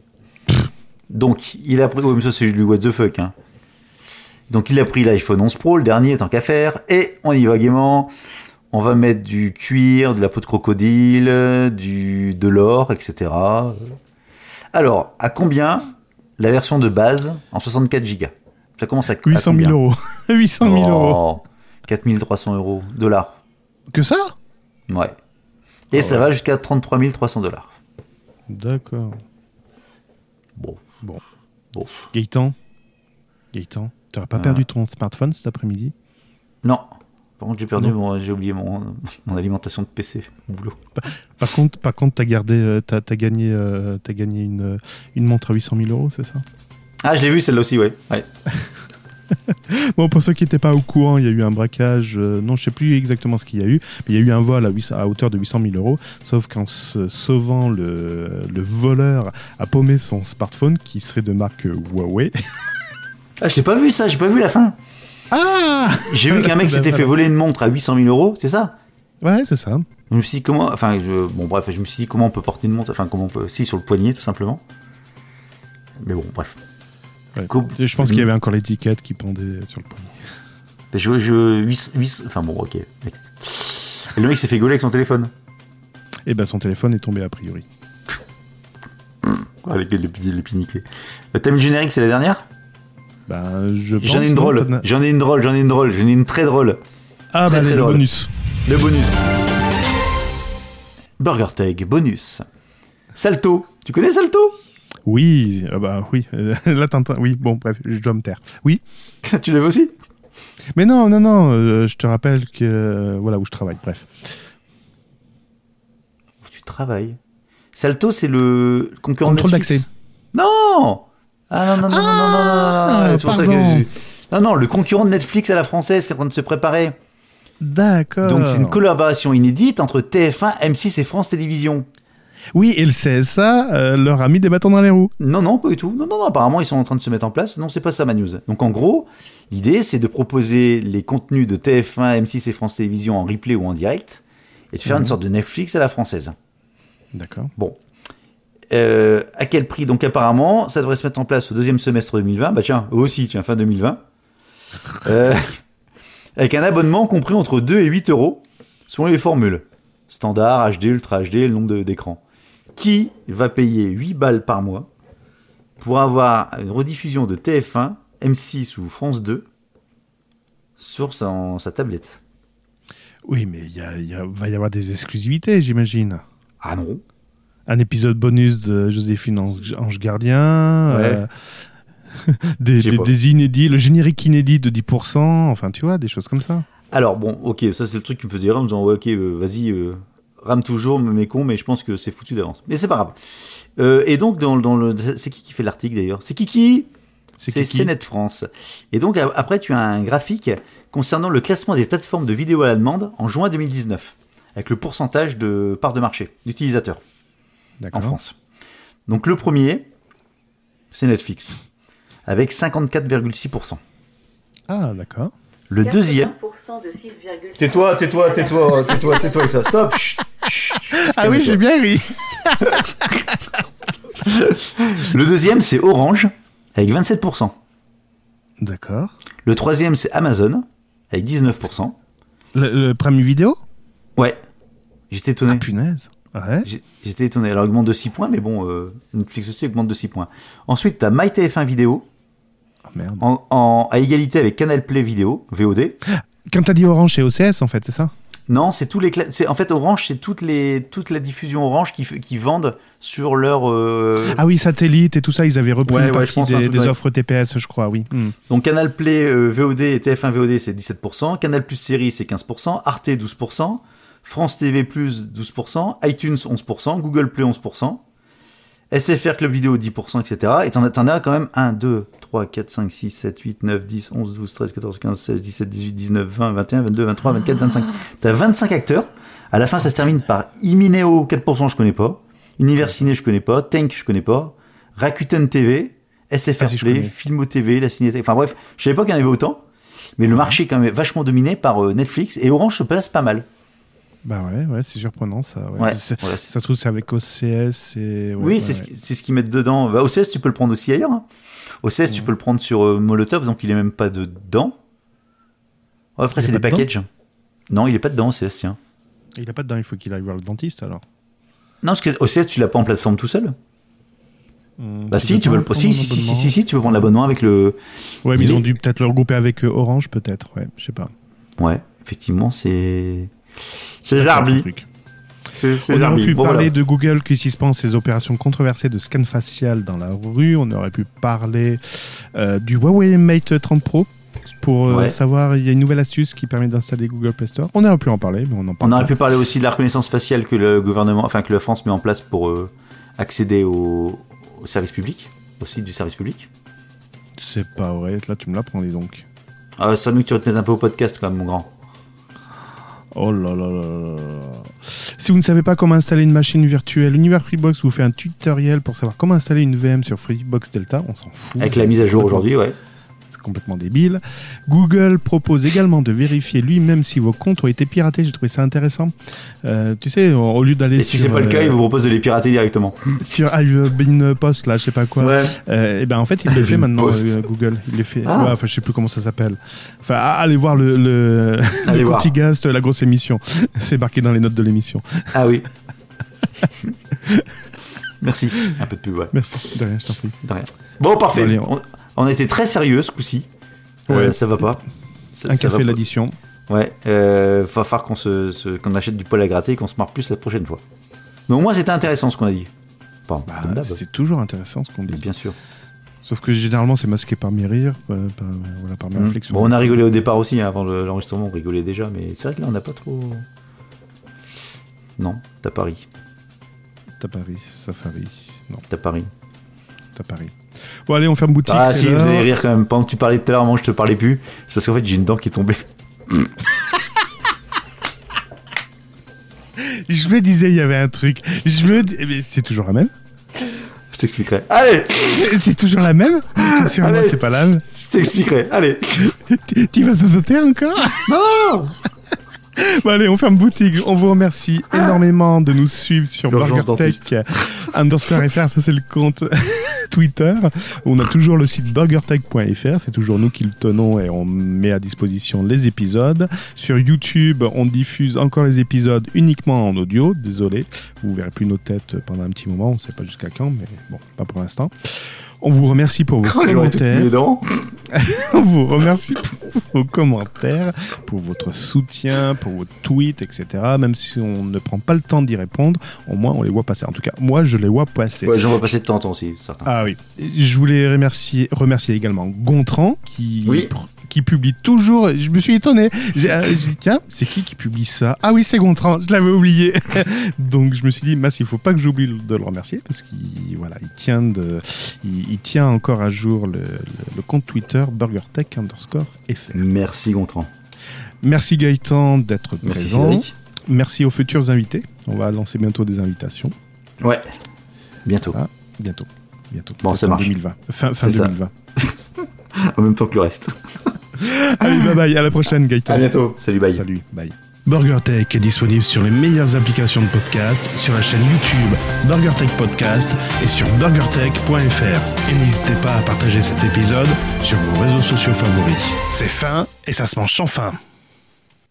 Donc, il a pris... Ouais, mais ça, c'est du what the fuck, hein. Donc, il a pris l'iPhone onze Pro, le dernier, tant qu'à faire, et on y va gaiement. On va mettre du cuir, de la peau de crocodile, du... de l'or, et cetera. Alors, à combien la version de base en soixante-quatre gigas? Ça commence à, à huit cent mille combien? euros. huit cent mille euros. Oh, quatre mille trois cents euros. Dollars. Que ça? Ouais. Et Ah ça ouais. va jusqu'à trente-trois mille trois cents dollars. D'accord. Bon. Bon. Bon. Gaëtan Gaëtan, tu n'auras pas Ah. perdu ton smartphone cet après-midi? Non. Par contre, j'ai perdu Non. mon, j'ai oublié mon, mon alimentation de P C au boulot. Par contre, par contre, t'as gardé, euh, t'as, t'as gagné, euh, t'as gagné une, une montre à huit cent mille euros, c'est ça? Ah, je l'ai vu celle-là aussi, ouais. ouais. Bon, pour ceux qui n'étaient pas au courant, il y a eu un braquage. euh, non, je sais plus exactement ce qu'il y a eu, mais il y a eu un vol à, huit cents à hauteur de huit cent mille euros. Sauf qu'en se sauvant, le, le voleur a paumé son smartphone qui serait de marque Huawei. Ah, je l'ai pas vu ça, j'ai pas vu la fin. Ah J'ai vu qu'un mec s'était fait voler une montre à huit cent mille euros, c'est ça? Ouais, c'est ça. Je me suis dit comment, enfin, je, bon bref, je me suis dit comment on peut porter une montre, enfin comment on peut, si sur le poignet tout simplement. Mais bon, bref. Ouais. Coupe. Je pense qu'il y avait encore l'étiquette qui pendait sur le poignet. Je, je, huit, huit, enfin bon, ok, next. Et le mec s'est fait gauler avec son téléphone. Et ben son téléphone est tombé a priori. Ah, les, les, les, les piniqués. T'as mis le générique, c'est la dernière? Ben, je pense, J'en ai une non, drôle, t'en as- j'en ai une drôle, j'en ai une drôle, j'en ai une très drôle. Ah Très, bah très le drôle. bonus. Le bonus. BurgerTech, bonus. Salto. Tu connais Salto? Oui, ah bah oui. Euh, Là, t'entends. Oui, bon, bref, je dois me taire. Oui. Tu l'avais aussi? Mais non, non, non, euh, je te rappelle que. euh, voilà où je travaille, bref. Où tu travailles. Salto, c'est le concurrent de Contrôle Netflix. d'accès. Non. Ah non, non, non, non, non, non, non, non, non, c'est pour ça que pardon. je- Non, non, le concurrent de Netflix à la française qui est en train de se préparer. D'accord. Donc c'est une collaboration inédite entre T F un, M six et France Télévisions. Oui, et le C S A euh, leur a mis des bâtons dans les roues. Non, non, pas du tout. Non, non, non, apparemment, ils sont en train de se mettre en place. Non, c'est pas ça ma news. Donc, en gros, l'idée, c'est de proposer les contenus de T F un, M six et France Télévisions en replay ou en direct et de faire Mhm. une sorte de Netflix à la française. D'accord. Bon. Euh, à quel prix? Donc, apparemment, ça devrait se mettre en place au deuxième semestre deux mille vingt. Bah, tiens, eux aussi, tiens, fin deux mille vingt. Euh, avec un abonnement compris entre deux et huit euros, selon les formules. Standard, H D, Ultra H D, le nombre de- d'écrans. Qui va payer huit balles par mois pour avoir une rediffusion de T F un, M six ou France deux sur sa, sa tablette? Oui, mais il y a- il y a- va y avoir des exclusivités, j'imagine. Ah non. Un épisode bonus de Joséphine Ange, Ange Gardien. euh, des, Je sais des, pas. des inédits, le générique inédit de dix pour cent. Enfin, tu vois, des choses comme ça. Alors bon, ok, ça c'est le truc qui me faisait rire en me disant ouais, ok, euh, vas-y, euh, rame toujours, mes cons, mais je pense que c'est foutu d'avance. Mais c'est pas grave. Euh, et donc, dans, dans le. C'est qui qui fait l'article d'ailleurs? C'est Kiki? C'est C'est Kiki. C N E T France. Et donc, a- après, tu as un graphique concernant le classement des plateformes de vidéo à la demande en juin deux mille dix-neuf, avec le pourcentage de part de marché d'utilisateurs en D'accord. France. Donc, le premier, c'est Netflix, avec cinquante-quatre virgule six pour cent. Ah, d'accord. Le deuxième. quatre-vingts pour cent de six virgule trois. Tais-toi, tais-toi, tais-toi, tais-toi, tais-toi avec ça. Stop. Chut, chut. Ah oui, j'ai bien ri. Le deuxième, c'est Orange, avec vingt-sept pour cent. D'accord. Le troisième, c'est Amazon, avec dix-neuf pour cent. Le, le Prime Vidéo? Ouais, j'étais étonné. Ah, punaise. Ouais. J'ai- J'étais étonné. Alors, il augmente de six points, mais bon, euh, Netflix aussi augmente de six points. Ensuite, tu as My T F un Vidéo, Ah, merde. en, en- à égalité avec Canal Play Vidéo, V O D. Quand t'as dit Orange, c'est O C S en fait, c'est ça? Non, c'est tous les. Cla... C'est, en fait, Orange, c'est toutes les toute la diffusion Orange qui, qui vendent sur leur. Euh... Ah oui, satellite et tout ça, ils avaient repris Ouais, une ouais, partie je pense, des, un truc, des ouais. offres T P S, je crois, oui. Mm. Donc Canal Play euh, V O D et T F un V O D, c'est dix-sept pour cent. Canal Plus Série, c'est quinze pour cent. Arte, douze pour cent. France T V Plus, douze pour cent. iTunes, onze pour cent. Google Play, onze pour cent. S F R Club Vidéo, dix pour cent, et cetera. Et t'en as, t'en as quand même un, deux, trois, quatre, cinq, six, sept, huit, neuf, dix, onze, douze, treize, quatorze, quinze, seize, dix-sept, dix-huit, dix-neuf, vingt, vingt et un, vingt-deux, vingt-trois, vingt-quatre, vingt-cinq. T'as vingt-cinq acteurs. À la fin, ça se termine par Imineo, quatre pour cent, je connais pas. Univers Ciné, je connais pas. Tank, je connais pas. Rakuten T V, S F R Ah, si, je Play, connais. Filmo T V, la Cinétech. Enfin bref, je savais pas qu'il y en avait autant. Mais le marché est quand même vachement dominé par euh, Netflix et Orange se place pas mal. Bah ouais, ouais, c'est surprenant ça. Ouais. Ouais, C'est- voilà. Ça se trouve, c'est avec O C S et. ouais, oui, ouais, c'est, ouais. Ce, qui- c'est ce qu'ils mettent dedans. Bah, O C S, tu peux le prendre aussi ailleurs. Hein. O C S, tu peux le prendre sur euh, Molotov, donc il est même pas dedans. Ouais, après, Il est c'est des pas dedans packages. Non, il est pas dedans, O C S, tiens. Il a pas dedans, il faut qu'il aille voir le dentiste alors. Non, parce que O C S, tu l'as pas en plateforme tout seul. Hum, Bah si, tu peux le prendre si, un si, si, si, abonnement. si, si, tu peux prendre l'abonnement avec le. Ouais, mais Il ils ont est- dû peut-être le regrouper avec euh, Orange, peut-être, ouais, je sais pas. Ouais, effectivement, c'est. C'est Un Jarbi. truc. C'est, c'est On aurait Jarbi. pu Bon, parler voilà. de Google qui suspend ses opérations controversées de scan facial dans la rue. On aurait pu parler euh, du Huawei Mate trente Pro pour euh, Ouais. savoir, il y a une nouvelle astuce qui permet d'installer Google Play Store. On aurait pu en parler, mais on en parle On aurait pas. pu parler aussi de la reconnaissance faciale que le gouvernement, enfin que la France met en place pour euh, accéder au, au service public, au site du service public. C'est pas vrai, là tu me l'apprends, dis donc. Ah, ça nous que tu vas te mettre un peu au podcast quand même, mon grand. Oh là là là là là. Si vous ne savez pas comment installer une machine virtuelle, Univers Freebox vous fait un tutoriel pour savoir comment installer une V M sur Freebox Delta. On s'en fout. Avec la mise à jour C'est aujourd'hui, ouais. C'est complètement débile. Google propose également de vérifier lui-même si vos comptes ont été piratés. J'ai trouvé ça intéressant. Euh, tu sais, au lieu d'aller Et si sur, c'est pas le cas, euh, il vous propose de les pirater directement. sur I've been post là, je sais pas quoi. Ouais. Euh, et ben en fait, il le I've fait been maintenant post. euh, Google. Il le fait. Ah. Ouais, enfin, je sais plus comment ça s'appelle. Enfin, ah, allez voir le le, Allez le voir. Courtigast, la grosse émission. C'est marqué dans les notes de l'émission. Ah oui. Merci. Un peu de pub, ouais. Merci. De rien, je t'en prie. De rien. Bon, parfait. Allez, on- on... on a été très sérieux ce coup-ci. Euh, Ouais. ça va pas. Ça, Un ça café va pas. l'addition. Ouais. Euh, va falloir qu'on, se, se- qu'on achète du poil à gratter et qu'on se marre plus la prochaine fois. Mais au moins, c'était intéressant ce qu'on a dit. Enfin, Bah, comme d'hab. c'est toujours intéressant ce qu'on dit. Bien sûr. Sauf que généralement, c'est masqué par mes rires, euh, par, voilà, par mes Mm. réflexions. Bon, on a rigolé au départ aussi, hein, avant le- l'enregistrement, on rigolait déjà, mais c'est vrai que là, on n'a pas trop. Non, t'as Paris. T'as Paris, Safari. Non, T'as Paris. t'as Paris. Bon, allez, on ferme boutique. Ah c'est si, vous l'heure. allez rire quand même. Pendant que tu parlais tout à l'heure, moi je te parlais plus. C'est parce qu'en fait, j'ai une dent qui est tombée. Je me disais, il y avait un truc. Je me dis- mais c'est toujours la même. Je t'expliquerai. Allez, C'est- C'est toujours la même. Sur moi, Allez. c'est pas la même. je t'expliquerai. Allez. Tu- Tu vas te sauter encore? Non. Bon, allez, on ferme boutique. On vous remercie énormément de nous suivre sur L'urgence BurgerTech underscore F R. Ça, c'est le compte Twitter. On a toujours le site burgertech point F R. C'est toujours nous qui le tenons et on met à disposition les épisodes. Sur YouTube, on diffuse encore les épisodes uniquement en audio. Désolé, vous verrez plus nos têtes pendant un petit moment. On ne sait pas jusqu'à quand, mais bon, pas pour l'instant. On vous remercie pour vos Oh, j'aurais toutes commentaires. mes dents. On vous remercie pour vos commentaires, pour votre soutien, pour vos tweets, et cetera. Même si on ne prend pas le temps d'y répondre, au moins on les voit passer. En tout cas, moi je les vois passer. Ouais, j'en vois passer de temps en temps aussi, certains. Ah oui. Je voulais remercier, remercier également Gontran qui, Oui. pr- qui publie toujours. Je me suis étonné. J'ai euh, j'ai dit, tiens, c'est qui qui publie ça? Ah oui, c'est Gontran, je l'avais oublié. Donc je me suis dit, mince, il faut pas que j'oublie de le remercier parce qu'il voilà, il tient, de, il, il tient encore à jour le, le, le compte Twitter BurgerTech underscore F R. Merci Gontran. Merci Gaëtan d'être Merci présent. Cédric. Merci aux futurs invités. On va lancer bientôt des invitations. Ouais. Bientôt. Ah, bientôt. Bientôt. Bon, Peut-être ça en marche. deux mille vingt. Fin, fin C'est ça. deux mille vingt. En même temps que le reste. Allez, bye bye. À la prochaine, Gaëtan. À bientôt. Salut, bye. Salut, bye. BurgerTech est disponible sur les meilleures applications de podcast, sur la chaîne YouTube BurgerTech Podcast et sur burgertech point F R. Et n'hésitez pas à partager cet épisode sur vos réseaux sociaux favoris. C'est fin et ça se mange sans fin.